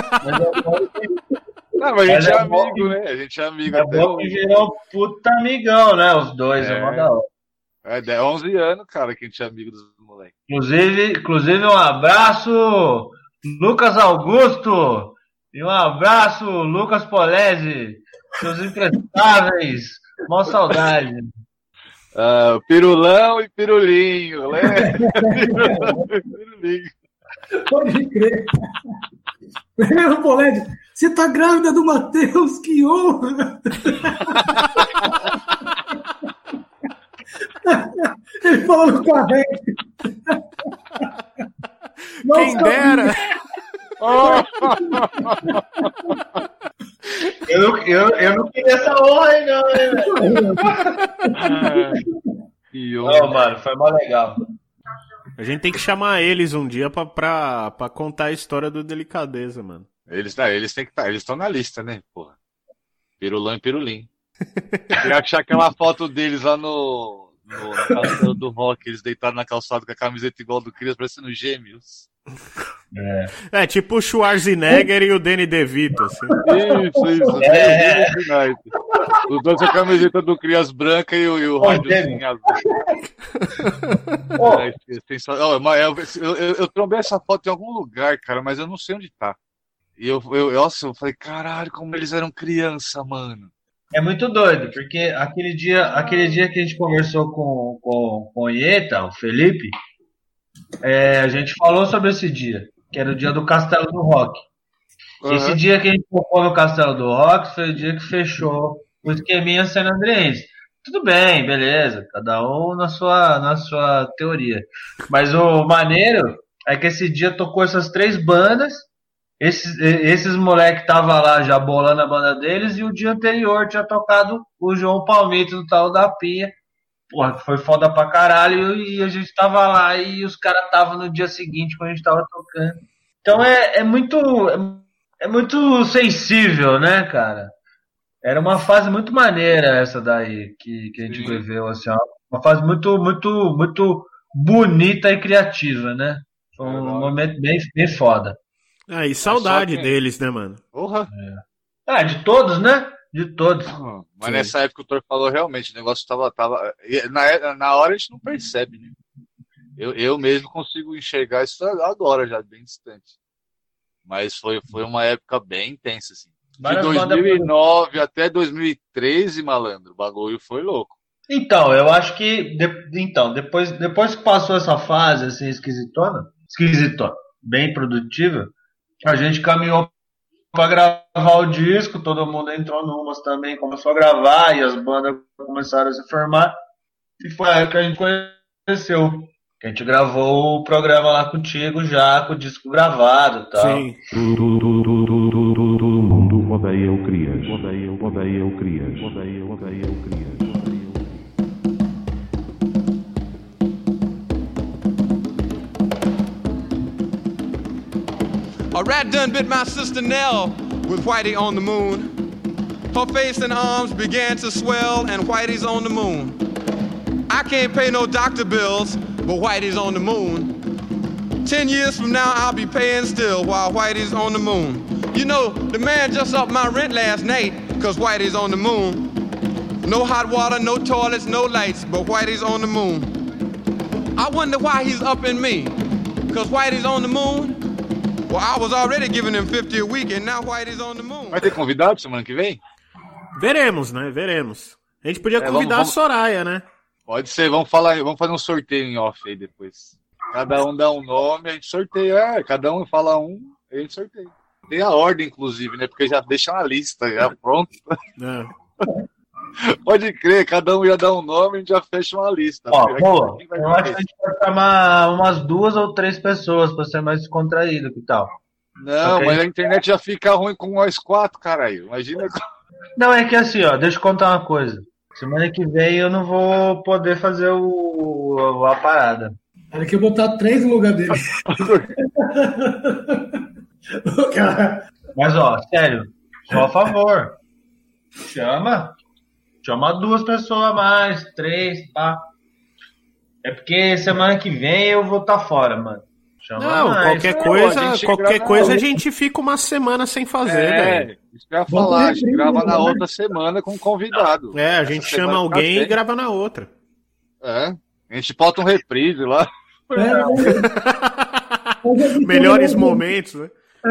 Mas a gente é amigo, né? A gente é amigo até bom que virou puta amigão, né? Os dois, é mó da hora. É 11 anos, cara, que a gente é amigo dos moleques. Inclusive, um abraço, Lucas Augusto, e um abraço, Lucas Polese, seus imprestáveis, mó saudade. Pirulão e Pirulinho, né? Pirulão e Pirulinho. Pode crer. Primeiro, Polese, você tá grávida do Matheus, que honra! Ele falou com a gente. Quem dera! Eu não queria essa honra aí, não, hein, velho? Não, mano, foi mó legal. A gente tem que chamar eles um dia pra contar a história do Delicadeza, mano. Eles têm que estar, eles estão na lista, né, porra? Pirulão e Pirulim. Queria achar aquela foto deles lá no Castelo do Rock, eles deitaram na calçada com a camiseta igual do Crias, parecendo gêmeos. Tipo o Schwarzenegger e o Danny DeVito, assim. Isso. Os dois com a camiseta do Crias branca e o rádiozinho azul. Eu trombei essa foto em algum lugar, cara, mas eu não sei onde tá. E eu falei, caralho, como eles eram criança, mano. É muito doido, porque aquele dia que a gente conversou com o Ieta, o Felipe, a gente falou sobre esse dia, que era o dia do Castelo do Rock. Uhum. Esse dia que a gente tocou no Castelo do Rock foi o dia que fechou o esqueminha San Andreense. Tudo bem, beleza, cada um na sua teoria. Mas o maneiro é que esse dia tocou essas 3 bandas. Esses moleques estavam lá já bolando a banda deles, e o dia anterior tinha tocado o João Palmito no tal da Pia. Porra, foi foda pra caralho, e a gente tava lá e os caras estavam no dia seguinte quando a gente tava tocando. Então é muito sensível, né, cara? Era uma fase muito maneira essa daí que a gente viveu, assim, ó. Uma fase muito, muito, muito bonita e criativa, né? Foi um momento bem, bem foda. E saudade deles, né, mano? Porra. De todos, né? De todos. Mas nessa época o Thor falou realmente, o negócio tava na hora a gente não percebe, né? Eu mesmo consigo enxergar isso agora, já bem distante. Mas foi uma época bem intensa, assim. De 2009 até 2013, malandro, o bagulho foi louco. Então, eu acho que depois que passou essa fase assim esquisitona, bem produtiva, a gente caminhou para gravar o disco, todo mundo entrou numas também, começou a gravar, e as bandas começaram a se formar, e foi aí que a gente conheceu. A gente gravou o programa lá contigo já, com o disco gravado e tal. Sim. Todo mundo odeia o Crias. Odeia o Crias. Odeia o Crias. A rat done bit my sister Nell with Whitey on the moon. Her face and arms began to swell, and Whitey's on the moon. I can't pay no doctor bills, but Whitey's on the moon. 10 years from now, I'll be paying still while Whitey's on the moon. You know, the man just upped my rent last night, cause Whitey's on the moon. No hot water, no toilets, no lights, but Whitey's on the moon. I wonder why he's up in me. Because Whitey's on the moon? Well, I was already giving him 50 a week and now Whitey's on the moon. Vai ter convidado semana que vem? Veremos, né? Veremos. A gente podia convidar a Soraya, né? Pode ser, vamos fazer um sorteio em off aí depois. Cada um dá um nome, a gente sorteia. Cada um fala um, a gente sorteia. Tem a ordem, inclusive, né? Porque já deixa uma lista, já pronto. Pode crer, cada um já dá um nome e a gente já fecha uma lista. Boa, eu acho que a gente pode chamar umas 2 ou 3 pessoas pra ser mais descontraído, que tal? Não, okay. Mas a internet já fica ruim com nós 4, caralho. Imagina. Não, é que assim, ó, deixa eu contar uma coisa. Semana que vem eu não vou poder fazer a parada. Era que eu botar 3 no lugar dele. Mas, ó, sério, só a favor. Chama 2 pessoas a mais, 3, pá. É porque semana que vem eu vou estar fora, mano. Não, qualquer coisa a gente fica uma semana sem fazer, velho. Isso que eu ia falar, a gente grava na outra semana com um convidado. A gente chama alguém e grava na outra. A gente bota um reprise lá. Melhores momentos, né?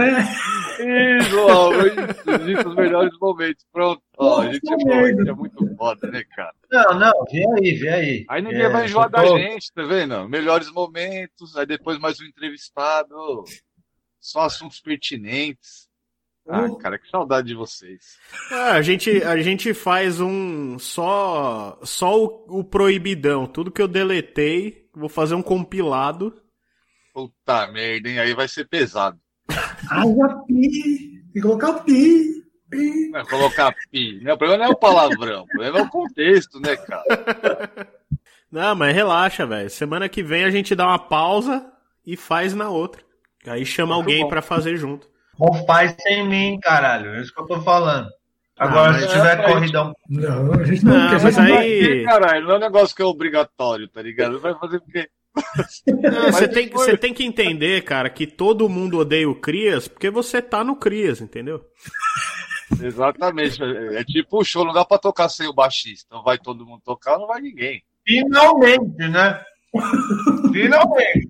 Isso, os melhores momentos. Pronto. A gente é muito foda, né, cara? Não, vê aí. Aí ninguém vai enjoar da gente, tá vendo? Melhores momentos, aí depois mais um entrevistado. Só assuntos pertinentes. Cara, que saudade de vocês. A gente faz só o proibidão. Tudo que eu deletei, vou fazer um compilado. Puta merda, hein? Aí vai ser pesado. Tem que colocar pi. Não, colocar pi. Não, o problema não é o palavrão, o problema é o contexto, né, cara? Não, mas relaxa, velho. Semana que vem a gente dá uma pausa e faz na outra. Aí chama alguém pra fazer junto. Não faz sem mim, caralho. É isso que eu tô falando. Agora, se tiver corridão... Não, a gente não quer. Mas aí... Caralho, não é um negócio que é obrigatório, tá ligado? Vai fazer porque... Você tem que entender, cara, que todo mundo odeia o Crias porque você tá no Crias, entendeu? Exatamente. É tipo o show, não dá pra tocar sem o baixista. Então vai todo mundo tocar, não vai ninguém. Finalmente, né? Finalmente.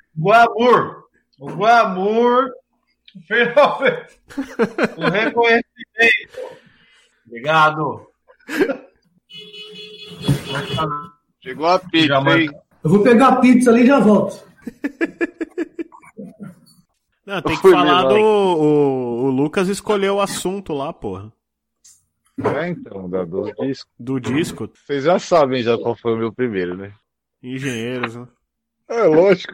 O glamour. Finalmente. O reconhecimento. Obrigado. Chegou a pizza, hein? Eu vou pegar a pizza ali e já volto. Não, tem que falar o Lucas escolheu o assunto lá, porra. Então, do disco. Do disco. Vocês já sabem já qual foi o meu primeiro, né? Engenheiros, né? É lógico.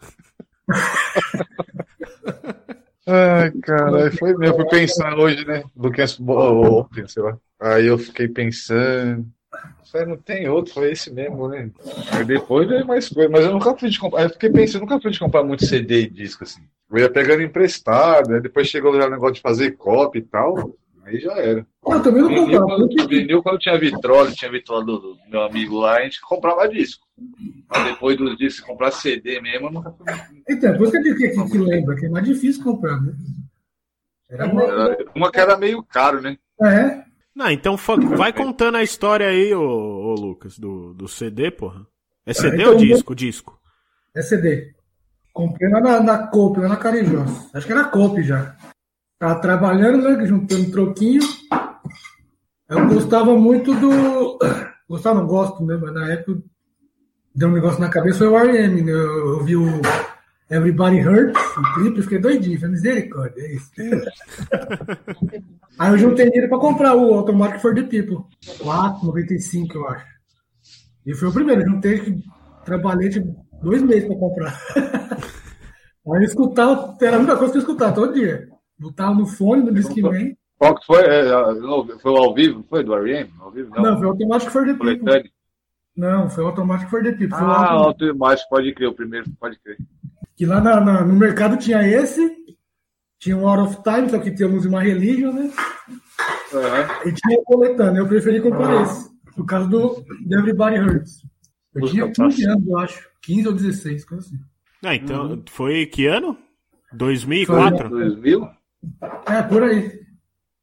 Ai, caralho, foi mesmo. Fui pensar hoje, né? Do que ontem, sei lá. Aí eu fiquei pensando. Não tem outro, foi esse mesmo, né? Aí depois veio mais coisa, mas eu nunca fui de comprar. Aí eu fiquei pensando, nunca fui de comprar muito CD e disco assim. Eu ia pegando emprestado, aí depois chegou o negócio de fazer cópia e tal, aí já era. Eu também não comprava. Vinil, quando tinha vitrola do meu amigo lá, a gente comprava disco. Mas depois dos discos, comprar CD mesmo, eu nunca fui. Então, por isso que eu disse que lembra, que é mais difícil comprar, né? Era uma que era meio caro, né? Não, então vai contando a história aí, ô Lucas, do CD, porra. É CD ou disco? Disco. É CD. Comprei lá na Coop, lá na Carijós. Acho que era Coop já. Tava trabalhando, né, juntando troquinho. Eu gostava muito do... Gostava, não gosto, né, mas na época deu um negócio na cabeça, foi o R.E.M., né? Eu vi o Everybody Hurts, o clipe, eu fiquei doidinho, foi misericórdia, é isso. Aí eu juntei dinheiro pra comprar o Automatic for the People. 4,95, eu acho. E foi o primeiro, eu juntei, trabalhei tipo 2 meses pra comprar. Aí eu escutava, era a única coisa que eu escutava todo dia. Botava no fone, no Discman. Qual que foi? Foi o ao vivo? Foi do R.E.M.? Não, foi o Automatic for the People. Não, foi o Automatic for the People. O Automatic, pode crer, o primeiro, pode crer. Que lá no mercado tinha esse, tinha um Out of Time, só que tinha música Religion, né? E tinha o coletâneo, eu preferi comprar esse, por causa do Everybody Hurts. Eu tinha 15 anos, eu acho, 15 ou 16, coisa assim. Então, foi que ano? 2004? 2000? Por aí.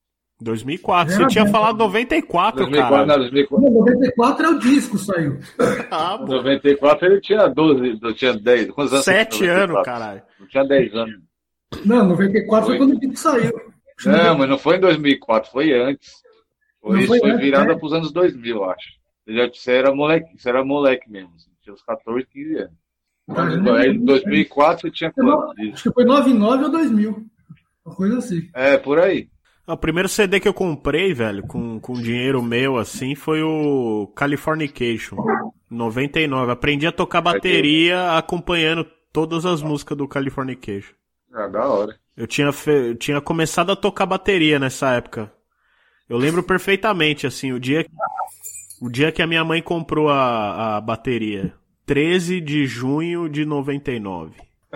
2004. Você tinha falado 94, 2004, cara. não, 2004. 94 é o disco, saiu. Ah, Em pô. 94 ele tinha 12, eu tinha 10. Quantos anos? 7 anos, caralho. Eu tinha 10 anos. Não, 94 foi quando o disco saiu. Não, mas não foi em 2004, foi antes. Não Isso foi foi antes, virada né? pros anos 2000, eu acho. Você era moleque mesmo. Você tinha uns 14, 15 anos. Aí, em 2004 você tinha quanto? Acho que foi 99 ou 2000. Uma coisa assim. É, por aí. O primeiro CD que eu comprei, velho, com dinheiro meu, assim, foi o Californication, 99. Aprendi a tocar bateria acompanhando todas as músicas do Californication. Ah, da hora. Eu tinha começado a tocar bateria nessa época. Eu lembro perfeitamente, assim, o dia que a minha mãe comprou a bateria. 13 de junho de 99.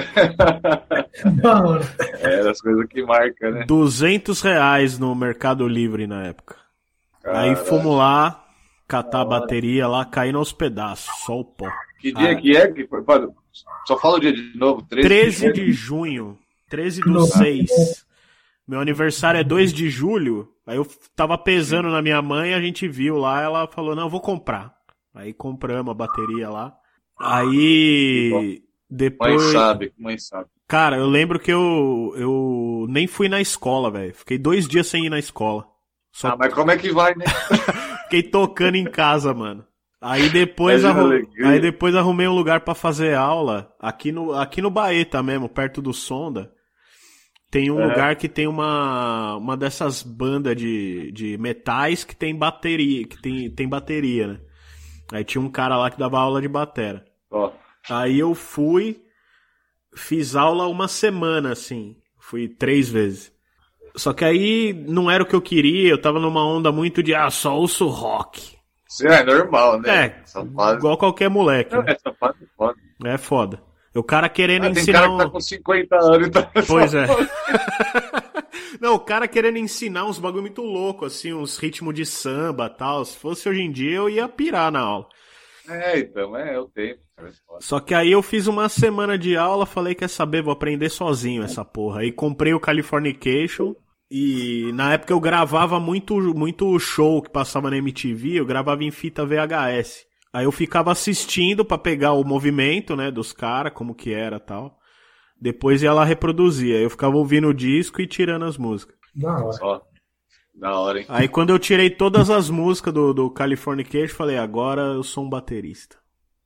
Da hora. É, as coisas que marcam, né? R$200 no Mercado Livre na época. Aí fomos lá, catar a bateria lá, caindo aos pedaços, só o pó. Que dia que é? Só fala o dia de novo. 13 de junho. 13 do 6. Meu aniversário é 2 de julho. Aí eu tava pesando na minha mãe, a gente viu lá, ela falou, não, eu vou comprar. Aí compramos a bateria lá. Aí depois... Mãe sabe. Cara, eu lembro que eu nem fui na escola, velho. Fiquei 2 dias sem ir na escola. Só Ah, mas como é que vai, né? fiquei tocando em casa, mano. Aí depois, arrumei um lugar pra fazer aula aqui no Baeta mesmo, perto do Sonda. Tem um lugar que tem uma dessas bandas de metais que tem bateria, tem bateria, né? Aí tinha um cara lá que dava aula de batera. Ó. Aí eu fiz aula uma semana, assim. Fui 3 vezes. Só que aí não era o que eu queria, eu tava numa onda muito de, só ouço rock. Isso é normal, né? Igual qualquer moleque. Não, Né? essa fase é foda. É foda. O cara querendo Tem ensinar cara que tá com 50 anos e tá... Pois é. Não, o cara querendo ensinar uns bagulho muito louco, assim, uns ritmos de samba e tal. Se fosse hoje em dia, eu ia pirar na aula. É, então, é o tempo. Só que aí eu fiz uma semana de aula, falei, quer saber, vou aprender sozinho essa porra. Aí comprei o Californication e na época eu gravava muito show que passava na MTV, eu gravava em fita VHS. Aí eu ficava assistindo pra pegar o movimento, né, dos caras, como que era e tal. Depois ia lá reproduzir. Aí eu ficava ouvindo o disco e tirando as músicas. Da hora. Só. Da hora, hein? Aí quando eu tirei todas as músicas do Californication, falei, agora eu sou um baterista.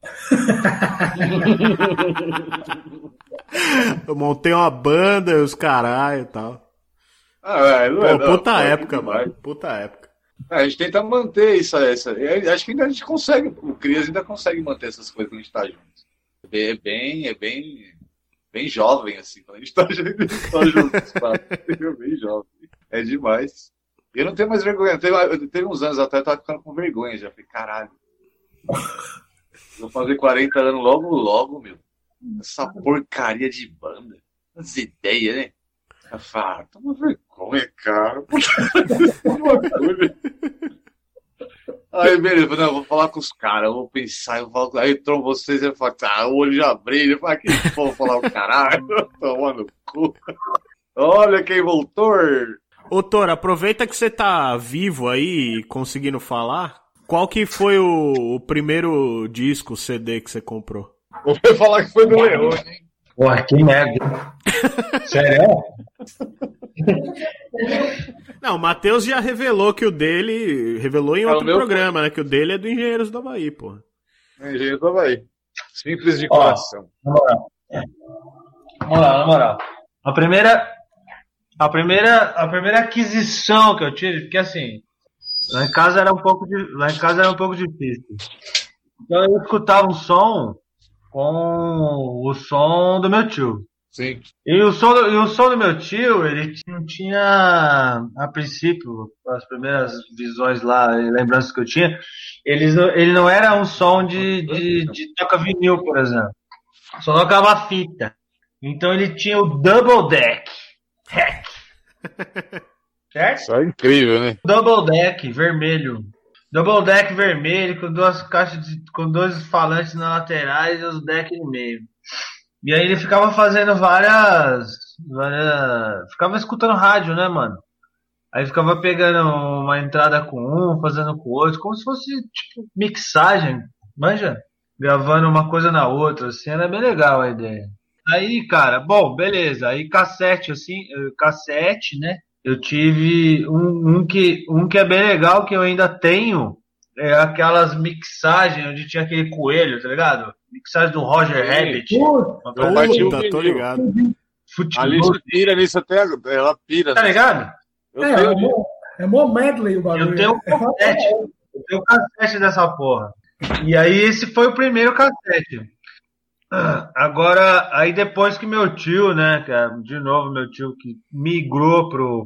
Eu montei uma banda e os caralho e tal. Puta época, mano. Puta época. A gente tenta manter isso. Acho que ainda a gente consegue. O Crias ainda consegue manter essas coisas quando a gente tá junto. É bem jovem, assim, quando a gente tá junto. É bem jovem. É demais. Eu não tenho mais vergonha. Teve uns anos atrás, eu tava ficando com vergonha já. Falei, caralho. Vou fazer 40 anos logo, meu. Essa porcaria de banda. As ideias, né? Eu falo, toma vergonha, cara. Aí, beleza, não, eu vou falar com os caras, eu vou pensar, aí entrou vocês e eu falo, o olho já brilha, eu falo, que vou falar o caralho, toma no cu. Olha quem voltou. Ô, Thor, aproveita que você tá vivo aí, conseguindo falar. Qual que foi o primeiro disco, CD que você comprou? Vou falar que foi do Leone, hein? Porra, que merda. Sério? Não, o Matheus já revelou que o dele... Revelou em outro programa, né? Que o dele é do Engenheiros do Havaí, pô. Engenheiros do Havaí. Simples de coração. Na moral. A primeira aquisição que eu tive, porque assim, lá em casa era um pouco difícil. Então eu escutava um som com o som do meu tio. Sim. E o som do meu tio, ele não tinha, a princípio, as primeiras visões lá, lembranças que eu tinha, ele não era um som de toca vinil, por exemplo. Só tocava fita. Então ele tinha o Double Deck. Certo? Isso é incrível, né? Double Deck vermelho com duas caixas com 2 falantes nas laterais e os decks no meio. E aí ele ficava fazendo ficava escutando rádio, né, mano? Aí ficava pegando uma entrada com um, fazendo com o outro, como se fosse, tipo, mixagem, manja? Gravando uma coisa na outra, assim, era bem legal a ideia. Aí, cara, bom, beleza. Aí cassete, assim, cassete, né? Eu tive um que é bem legal, que eu ainda tenho, é aquelas mixagens onde tinha aquele coelho, tá ligado? Mixagem do Roger Rabbit. Puta, tô ligado. A Alice pira nisso até agora. Ela pira. Tá ligado? É mó medley o bagulho. Eu tenho um cassete dessa porra. E aí esse foi o primeiro cassete. Agora, aí depois que meu tio, né, de novo meu tio que migrou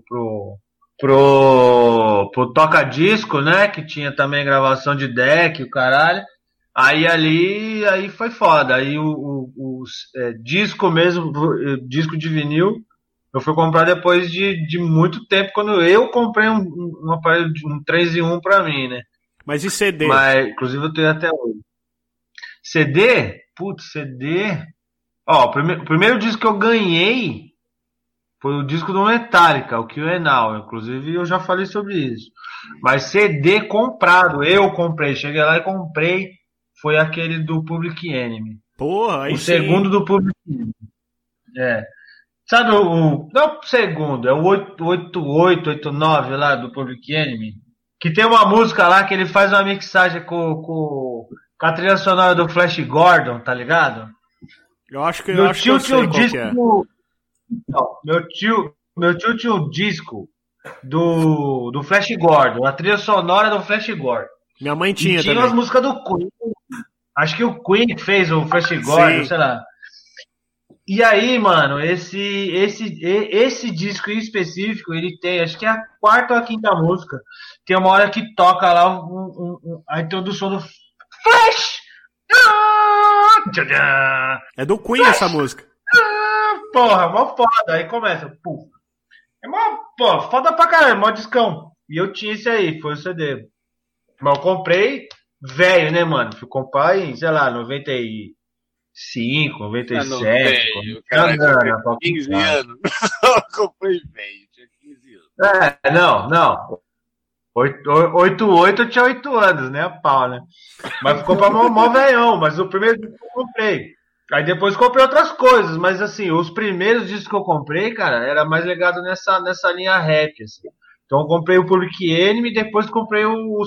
pro toca-disco, né, que tinha também gravação de deck, o caralho. Aí foi foda. Aí disco mesmo, disco de vinil, eu fui comprar depois de muito tempo, quando eu comprei um aparelho, um 3-in-1 pra mim, né. Mas e CD? Mas, inclusive, eu tenho até hoje. CD? Putz, CD... Ó, o primeiro disco que eu ganhei foi o disco do Metallica, o Kill Em All. Inclusive, eu já falei sobre isso. Mas CD comprado, eu comprei. Cheguei lá e comprei. Foi aquele do Public Enemy. Porra, aí o segundo do Public Enemy. É. Sabe não o segundo, é o 88, 89 lá do Public Enemy. Que tem uma música lá que ele faz uma mixagem com a trilha sonora do Flash Gordon, tá ligado? Eu acho que eu sei qual que é. Não, meu tio tinha um disco do Flash Gordon, a trilha sonora do Flash Gordon. Minha mãe tinha também. Tinha as músicas do Queen. Acho que o Queen fez o Flash Gordon, Sim. sei lá. E aí, mano, esse disco em específico, ele tem, acho que é a quarta ou a quinta música. Tem uma hora que toca lá a introdução do Flash! É do Queen essa música. Porra, mó foda. Aí começa, puf. É mó, pô, foda pra caralho, mó discão. E eu tinha esse aí, foi o CD. Mas eu comprei velho, né, mano? Fui comprar em, sei lá, 95, 97. Cara, 15 anos. Eu comprei velho, tinha 15 anos. Não. 88 eu tinha 8 anos, né? A pau, né? Mas ficou pra mó velhão. Mas o primeiro disco que eu comprei. Aí depois comprei outras coisas. Mas assim, os primeiros discos que eu comprei, cara, era mais ligado nessa linha rap, assim. Então eu comprei o Public Enemy e depois comprei o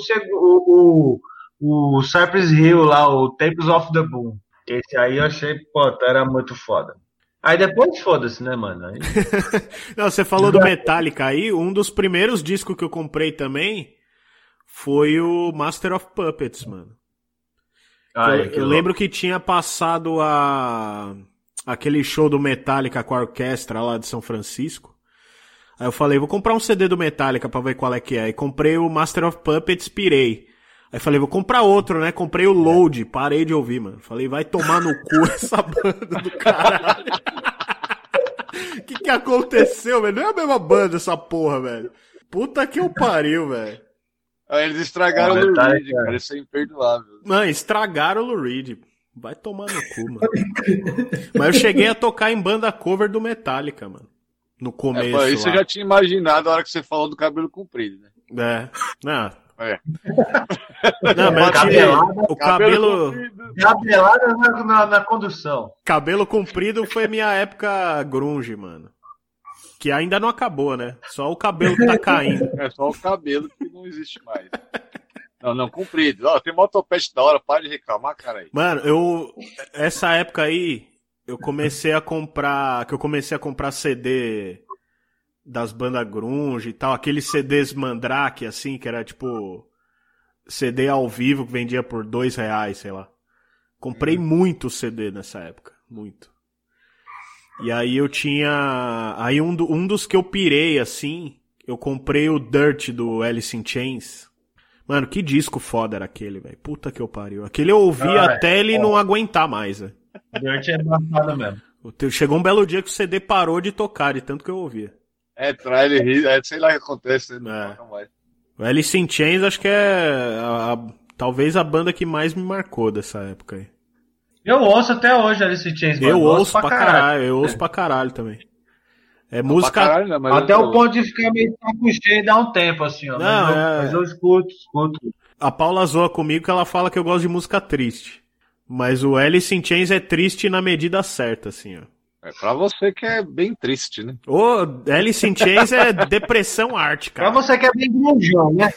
Cypress Hill lá, o Tapes of the Boom. Esse aí eu achei, pô, era muito foda. Aí depois foda-se, né, mano? Aí... Não, você falou do Metallica aí, um dos primeiros discos que eu comprei também foi o Master of Puppets, mano. Eu lembro que tinha passado aquele show do Metallica com a orquestra lá de São Francisco. Aí eu falei, vou comprar um CD do Metallica pra ver qual é que é. E comprei o Master of Puppets, pirei. Aí falei, vou comprar outro, né? Comprei o Load, parei de ouvir, mano. Falei, vai tomar no cu essa banda do caralho. O que aconteceu, velho? Não é a mesma banda essa porra, velho. Puta que eu pariu, velho. Aí eles estragaram o Lou Reed, cara. Isso é imperdoável. Mano, estragaram o Lou Reed. Vai tomar no cu, mano. Mas eu cheguei a tocar em banda cover do Metallica, mano. No começo. Isso eu já tinha imaginado na hora que você falou do cabelo comprido, né? Não, mas o cabelo... Cabelada na condução. Cabelo comprido foi minha época grunge, mano. Que ainda não acabou, né? Só o cabelo que tá caindo. É só o cabelo que não existe mais. Não, comprido. Ó, tem uma topete da hora, para de reclamar, cara aí. Mano, essa época aí, eu comecei a comprar CD das bandas grunge e tal, aqueles CDs Mandrake, assim, que era tipo CD ao vivo que vendia por R$2, sei lá. Comprei muito CD nessa época, muito. E aí eu tinha... Aí um dos que eu pirei, assim, eu comprei o Dirt do Alice in Chains. Mano, que disco foda era aquele, velho. Puta que eu pariu. Aquele eu ouvi até ele não aguentar mais, velho. Dirt é embaçado mesmo. Chegou um belo dia que o CD parou de tocar, de tanto que eu ouvia. Sei lá o que acontece, né? Não vai. O Alice in Chains acho que é talvez a banda que mais me marcou dessa época aí. Eu ouço até hoje Alice in Chains. Eu ouço pra caralho, eu ouço pra caralho também. É música. Pra caralho, não, mas Até eu- o ponto de ficar meio saco cheio dá um tempo, assim, ó. Não, Mas eu escuto. A Paula zoa comigo que ela fala que eu gosto de música triste. Mas o Alice in Chains é triste na medida certa, assim, ó. É pra você que é bem triste, né? Ô, Alice in Chains é depressão arte, Pra cara. você que é bem grunjão, né?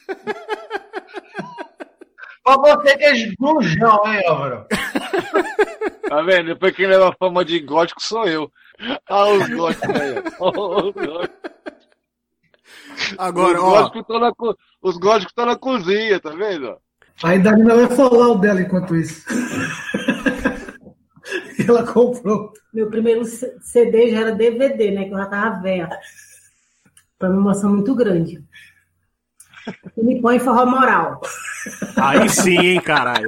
Pra você que é grunjão, hein, Álvaro? Tá vendo? Depois quem leva a fama de gótico sou eu. Ah, os góticos aí. Ó. Os góticos. Agora, Os ó, góticos estão os góticos estão na cozinha, tá vendo? Aí Darina vai falar o dela enquanto isso. E ela comprou. Meu primeiro CD já era DVD, né? Que eu já tava velha. Foi uma emoção muito grande. E me põe forró moral. aí sim, hein, caralho.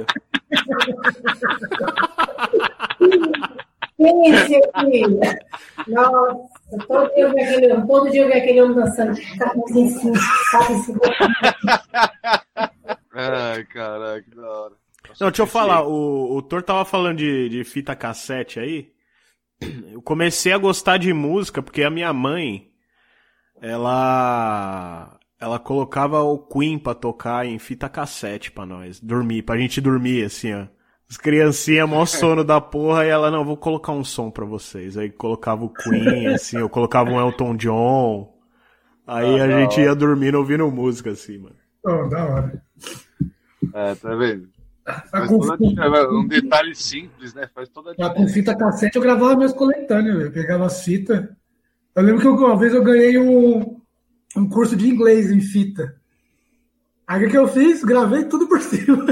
Sim, filho. Nossa, todo dia eu vi aquele homem dançando. Assim, sabe? Ai, caraca, que da hora. Não, deixa eu falar, o Thor tava falando de fita cassete aí. Eu comecei a gostar de música porque a minha mãe, ela colocava o Queen pra tocar em fita cassete pra nós, pra gente dormir, assim, ó. As criancinhas, mó sono da porra, e ela, não, vou colocar um som pra vocês. Aí colocava o Queen, assim, eu colocava um Elton John. Aí a gente ia dormindo ouvindo música, assim, mano. Oh, da hora. É, tá vendo? Tá Faz com, um detalhe simples, né? Faz toda a tá diferença. com fita cassete, eu gravava meus coletâneos, velho. Pegava as fitas. Eu lembro que uma vez eu ganhei um curso de inglês em fita. Aí o que eu fiz? Gravei tudo por cima.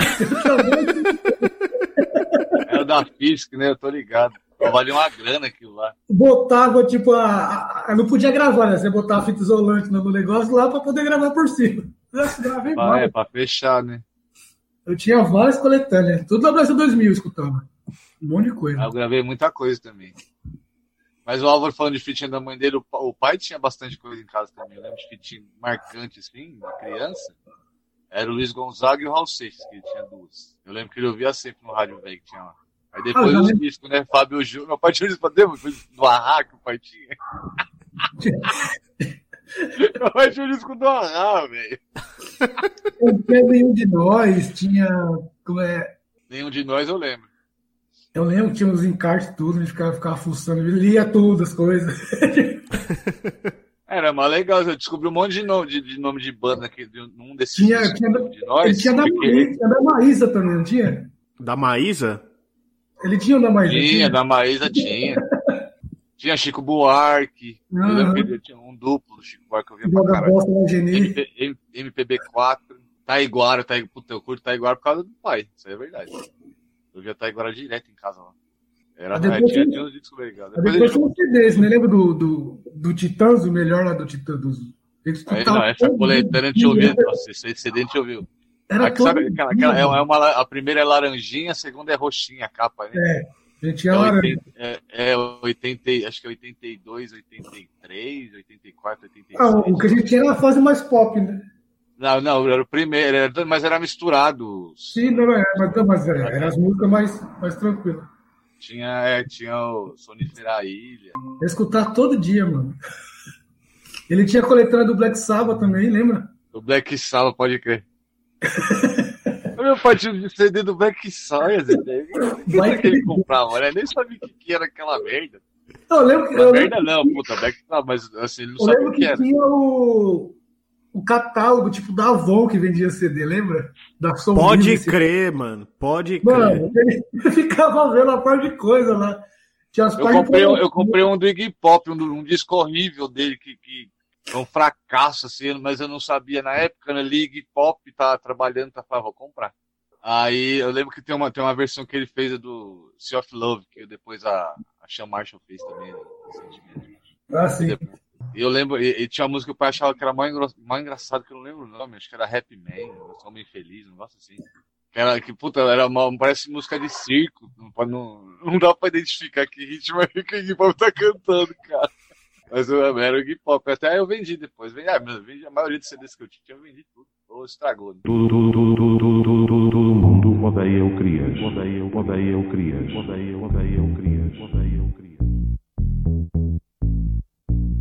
Era da física, né? Eu tô ligado. Valia uma grana aquilo lá. Botava, tipo, eu não podia gravar, né? Você botava a fita isolante no negócio lá pra poder gravar por cima. Nossa, gravei Ah, várias. pra fechar, né? Eu tinha várias coletâneas. Tudo na Brasil 2000 eu escutava. Um monte de coisa. Eu gravei muita coisa também. Mas o Álvaro falando de fitinha da mãe dele, o pai tinha bastante coisa em casa também. Eu lembro de fitinha marcante, assim, da criança. Era o Luiz Gonzaga e o Raul Seixas, que ele tinha duas. Eu lembro que ele ouvia sempre no rádio velho que tinha lá. Aí depois os discos, né? Fábio Júnior. Meu pai tinha isso pra do Arra que o pai tinha. Meu pai tinha o disco do Arra, velho. Nenhum de nós tinha. Como é? Nenhum de nós eu lembro. Eu lembro que tinha uns encartes tudo, a gente ficava fuçando, lia tudo as coisas. Era mais legal, eu descobri um monte de nome de banda aqui, num desses Tinha de nós. tinha da Maísa também, não tinha? Da Maísa? Ele tinha o da Maísa? Tinha, da Maísa tinha. Tinha Chico Buarque. Eu lembro que ele tinha um duplo do Chico Buarque que eu via pra Joga caralho. bosta na Geni. MPB4. Taiguara, puta, eu curto Taiguara por causa do pai, isso aí é verdade. Eu via Taiguara direto em casa lá. Era, tinha uns discos legais. Depois tinha um CD, né? Lembra do Titãs, o melhor lá do Titãs? Aí não, essa coletânea a gente ouviu. Nossa, esse CD a gente ouviu. Era Sabe, a primeira é laranjinha, a segunda é roxinha a capa, né? A gente tinha laranja. 80, acho que é 82, 83, 84, 86. O que a gente tinha era a fase mais pop, né? Não, era o primeiro, mas era misturado. Sim, não era, mas era as músicas mais tranquilas. Tinha o Sonífera Ilha. Eu escutava todo dia, mano. Ele tinha a coletânea do Black Sabbath também, lembra? O Black Sabbath, pode crer. Meu pai tinha um CD do Black Sabbath. O que ele comprava? Eu nem sabia o que era aquela merda. Eu lembro que. Merda não, puta, Black Sabbath, mas assim, ele não sabia o que era. Tinha o catálogo, tipo, da Avon que vendia CD, lembra? Da Som Pode Livre, crer, mano. Pode crer. Mano, ele ficava vendo a parte de coisa lá. Tinha as Eu comprei um do Iggy Pop, um disco horrível dele, que é um fracasso, assim, mas eu não sabia. Na época, né, Iggy Pop tá trabalhando, vou comprar. Aí eu lembro que tem uma versão que ele fez do Sea of Love, que depois a Sean Marshall fez também, recentemente. Ah, sim. E eu lembro, e tinha uma música que o pai achava que era mais engraçado, que eu não lembro o nome, acho que era Happy Man, Homem Feliz, um negócio assim. Puta, parece música de circo, não dá pra identificar que ritmo é que o Iggy Pop tá cantando, cara. Mas era o Iggy Pop, até eu vendi depois, vendi a maioria dos CDs que eu tinha, eu vendi tudo, ou estragou. Né? Todo mundo odeia o Crias, odeia o Crias, odeia o Crias, odeia o Crias.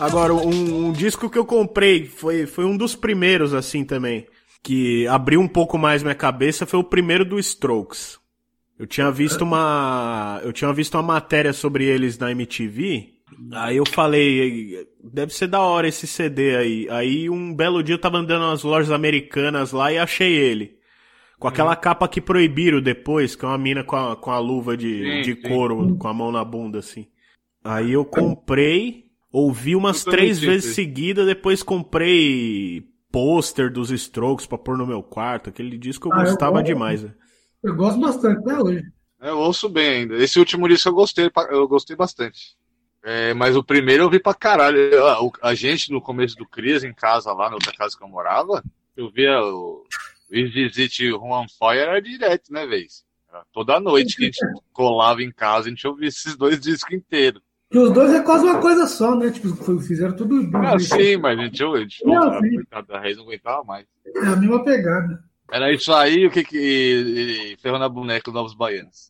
Agora, um disco que eu comprei, foi um dos primeiros, assim, também, que abriu um pouco mais minha cabeça, foi o primeiro do Strokes. Eu tinha visto uma matéria sobre eles na MTV, aí eu falei, deve ser da hora esse CD aí. Aí um belo dia eu tava andando nas lojas americanas lá e achei ele. Com aquela capa que proibiram depois, que é uma mina com a luva de couro, com a mão na bunda, assim. Aí eu comprei, ouvi umas 3 vezes seguidas, depois comprei pôster dos Strokes pra pôr no meu quarto. Aquele disco eu gostava demais, né? Eu gosto bastante até hoje. Eu ouço bem ainda. Esse último disco eu gostei bastante. Mas o primeiro eu vi pra caralho. A gente, no começo do Crias, em casa lá, na outra casa que eu morava, eu via o Visite Juan Foy era direto, né, velho? Toda noite que a gente colava em casa, a gente ouvia esses 2 discos inteiros. E os dois é quase uma coisa só, né? Tipo, fizeram tudo. Sim, mas a gente a Reis não aguentava mais. É a mesma pegada. Era isso aí, o que Ferro na Boneca, Novos Baianos.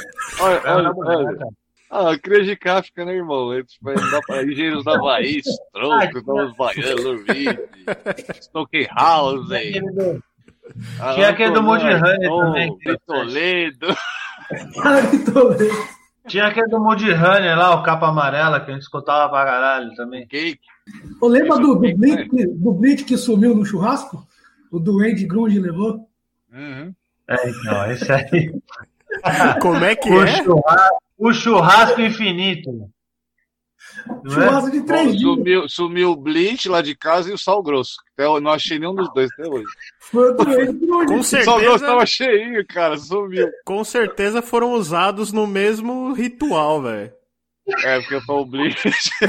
Olha, Crias de Kafka, né, irmão? Engenheiros da Havaí, Strokes, Novos Baianos, Lurvide, Stockenhausen. Tinha aquele do Mudhoney também. Toledo. Tinha aquele do Mudhoney lá, o Capa Amarela, que a gente escutava pra caralho também. Eu lembro do Blitz que sumiu no churrasco? O Duende Grunge levou? Uhum. Então, esse aí. Como é que é? O churrasco infinito. Churrasco de 3 dias. Sumiu o Blitz lá de casa e o Sal Grosso. Eu não achei nenhum dos dois até hoje. Foi o Duende Grunge. Com O Sal Grosso certeza, tava cheinho, cara. Sumiu. com certeza foram usados no mesmo ritual, velho. Porque foi o Blitz.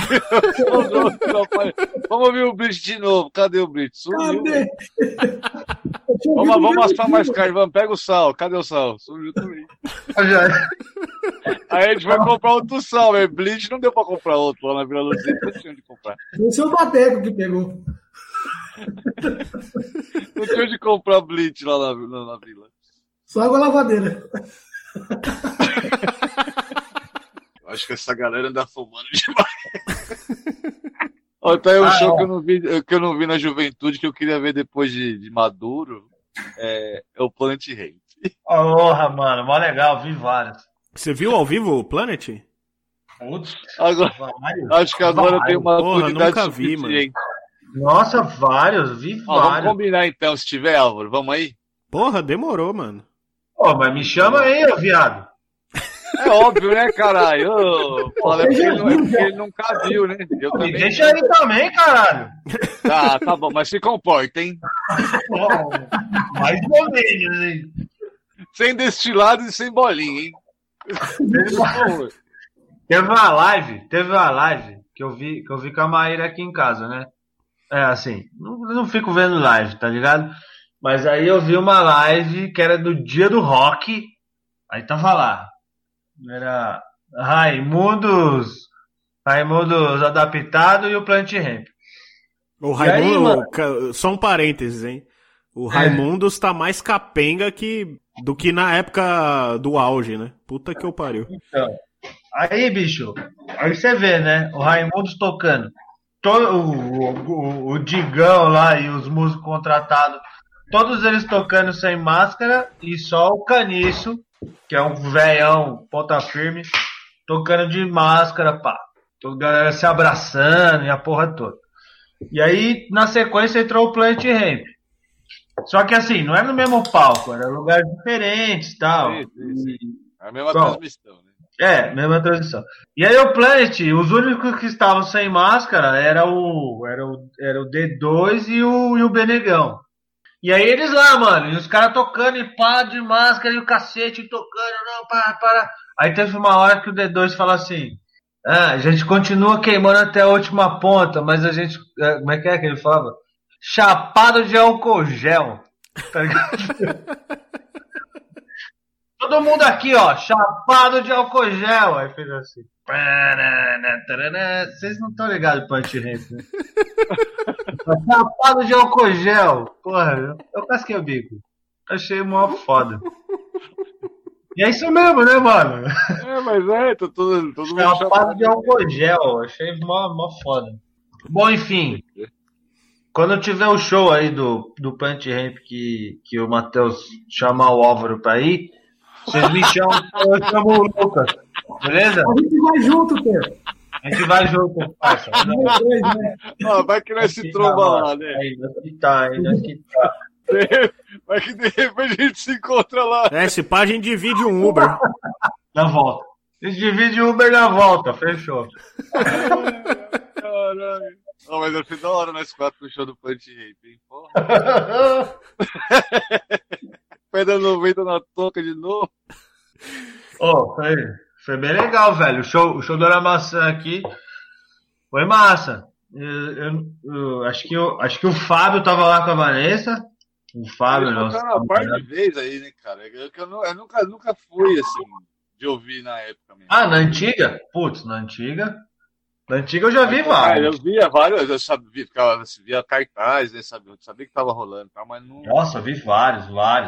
Vamos ouvir o Blitz de novo. Cadê o Blitz? Sumiu. Cadê? Vamos assar mais carne. Vamos, pega o sal. Cadê o sal? Sumiu também. Aí a gente vai comprar outro sal, velho. Blitz não deu pra comprar outro lá na Vila Luzia. Não tinha onde comprar. Esse é o Bateco que pegou. Não tinha onde comprar Blitz lá na vila. Só água lavadeira. Acho que essa galera anda fumando demais. Tá aí um show que eu não vi na juventude, que eu queria ver depois de Maduro. É o Planet Hemp. Porra, mano, mó legal, vi vários. Você viu ao vivo o Planet? Putz, Agora, acho que agora eu tenho uma quantidade nunca vi, suficiente. Nossa, vários, vi vários. Vamos combinar então, se tiver, Álvaro. Vamos aí? Porra, demorou, mano. Mas me chama aí, ô viado. É óbvio, né, caralho? Fala porque ele nunca viu, né? Eu Me também. deixa aí também, caralho. Tá bom, mas se comporta, hein? Mais ou menos, hein? Sem destilado e sem bolinha, hein? Teve uma live que eu vi com a Maíra aqui em casa, né? Assim, não fico vendo live, tá ligado? Mas aí eu vi uma live que era do dia do rock. Aí tava lá. Era Raimundos Adaptado e o Planet Hemp. O Raimundo, só um parênteses, hein? O Raimundos tá mais capenga do que na época do auge, né? Puta que eu pariu. Então, aí, bicho, aí você vê, né? O Raimundos tocando. O Digão lá e os músicos contratados, todos eles tocando sem máscara e só o Caniço, que é um velhão, ponta firme, tocando de máscara, pá. Toda a galera se abraçando e a porra toda. E aí, na sequência, entrou o Planet Hemp. Só que assim, não era no mesmo palco, era lugares diferentes e tal. Sim. É a mesma transmissão, né? Mesma transmissão. E aí o Planet, os únicos que estavam sem máscara era o D2 e o Benegão. E aí eles lá, mano, e os caras tocando e pá, de máscara e o cacete tocando, não, para. Aí teve uma hora que o D2 fala assim, a gente continua queimando até a última ponta, mas a gente, como é que ele falava? Chapado de álcool gel, tá ligado? Todo mundo aqui, ó, chapado de álcool gel. Aí fez assim. Vocês não estão ligados pro anti-hemp, né? Chapado de álcool gel. Porra, eu casquei o bico. Achei mó foda. E é isso mesmo, né, mano? Mas todo mundo chapado de álcool gel. Achei mó foda. Bom, enfim. Quando tiver o show aí do Plant Ramp que o Matheus chamar o Álvaro pra ir, vocês me chamam, eu chamo o Lucas. Beleza? A gente vai junto, Pedro. A gente vai junto, parça. Vai que nós se tromba lá, né? Ainda que tá. Vai que de repente a gente se encontra lá. Se pá, a gente divide um Uber. Na volta. A gente divide o Uber na volta, fechou. Caralho. Não, mas eu fui da hora nós 4 no show do Plant Ramp, hein? Porra. Pedra 90 na toca de novo. Foi bem legal, velho. O show do Aramaçã aqui foi massa. Eu acho que o Fábio tava lá com a Vanessa. O Fábio, nossa. Uma par de vezes aí, né, cara? Eu nunca fui assim, de ouvir na época mesmo. Na antiga? Putz, na antiga eu já vi vários. Eu via vários, eu sabia, via cartaz, né, eu sabia que tava rolando, tá, mas não. Nossa, eu vi vários.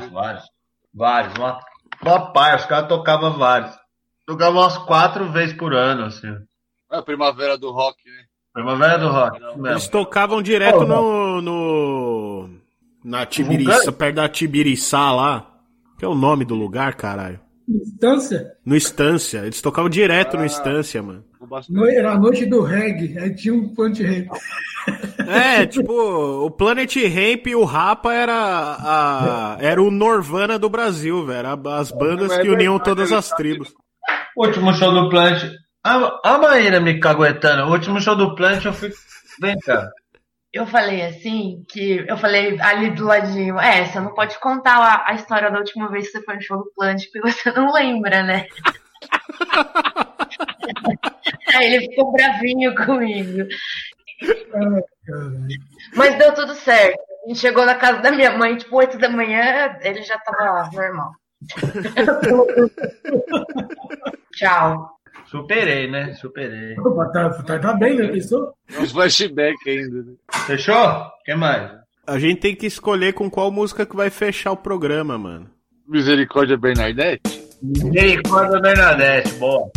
Uma par, os caras tocavam vários. Tocavam umas 4 vezes por ano, assim. É a Primavera do Rock, né? Primavera do Rock. Eles tocavam direto na Tibiriçá, perto da Tibiriçá lá. Que é o nome do lugar, caralho? Estância? No Estância. Eles tocavam direto no Estância, mano. Era a noite do reggae, aí tinha um Plant Ramp. Tipo, o Planet Ramp e o Rapa era o Norvana do Brasil, velho. As bandas que uniam todas as tribos. O último show do Plant. A Maíra me caguetando. O último show do Plant eu fui. Vem cá. Eu falei assim, eu falei ali do ladinho, você não pode contar a história da última vez que você foi no show do Plant, porque você não lembra, né? Aí ele ficou bravinho comigo. Mas deu tudo certo. A gente chegou na casa da minha mãe, tipo 8 da manhã, ele já tava normal. Tchau. Superei, né? Opa, tá bem, né? Pensou? Uns flashbacks ainda, né? Fechou? O que mais? A gente tem que escolher com qual música que vai fechar o programa, mano. Misericórdia Bernadette? Misericórdia Bernadette, boa.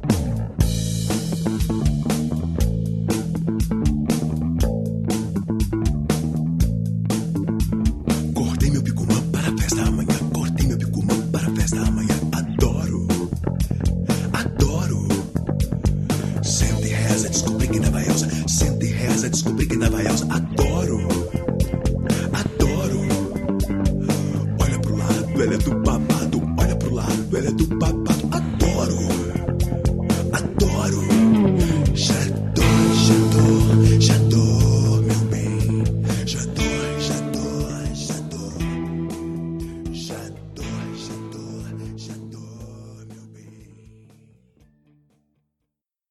Cortei meu picumã para a festa amanhã. Cortei meu picumã para a festa amanhã. Adoro. Senta e reza, descobri que Nova Elsa. Senta e reza, descobri que Nova Elsa. Adoro.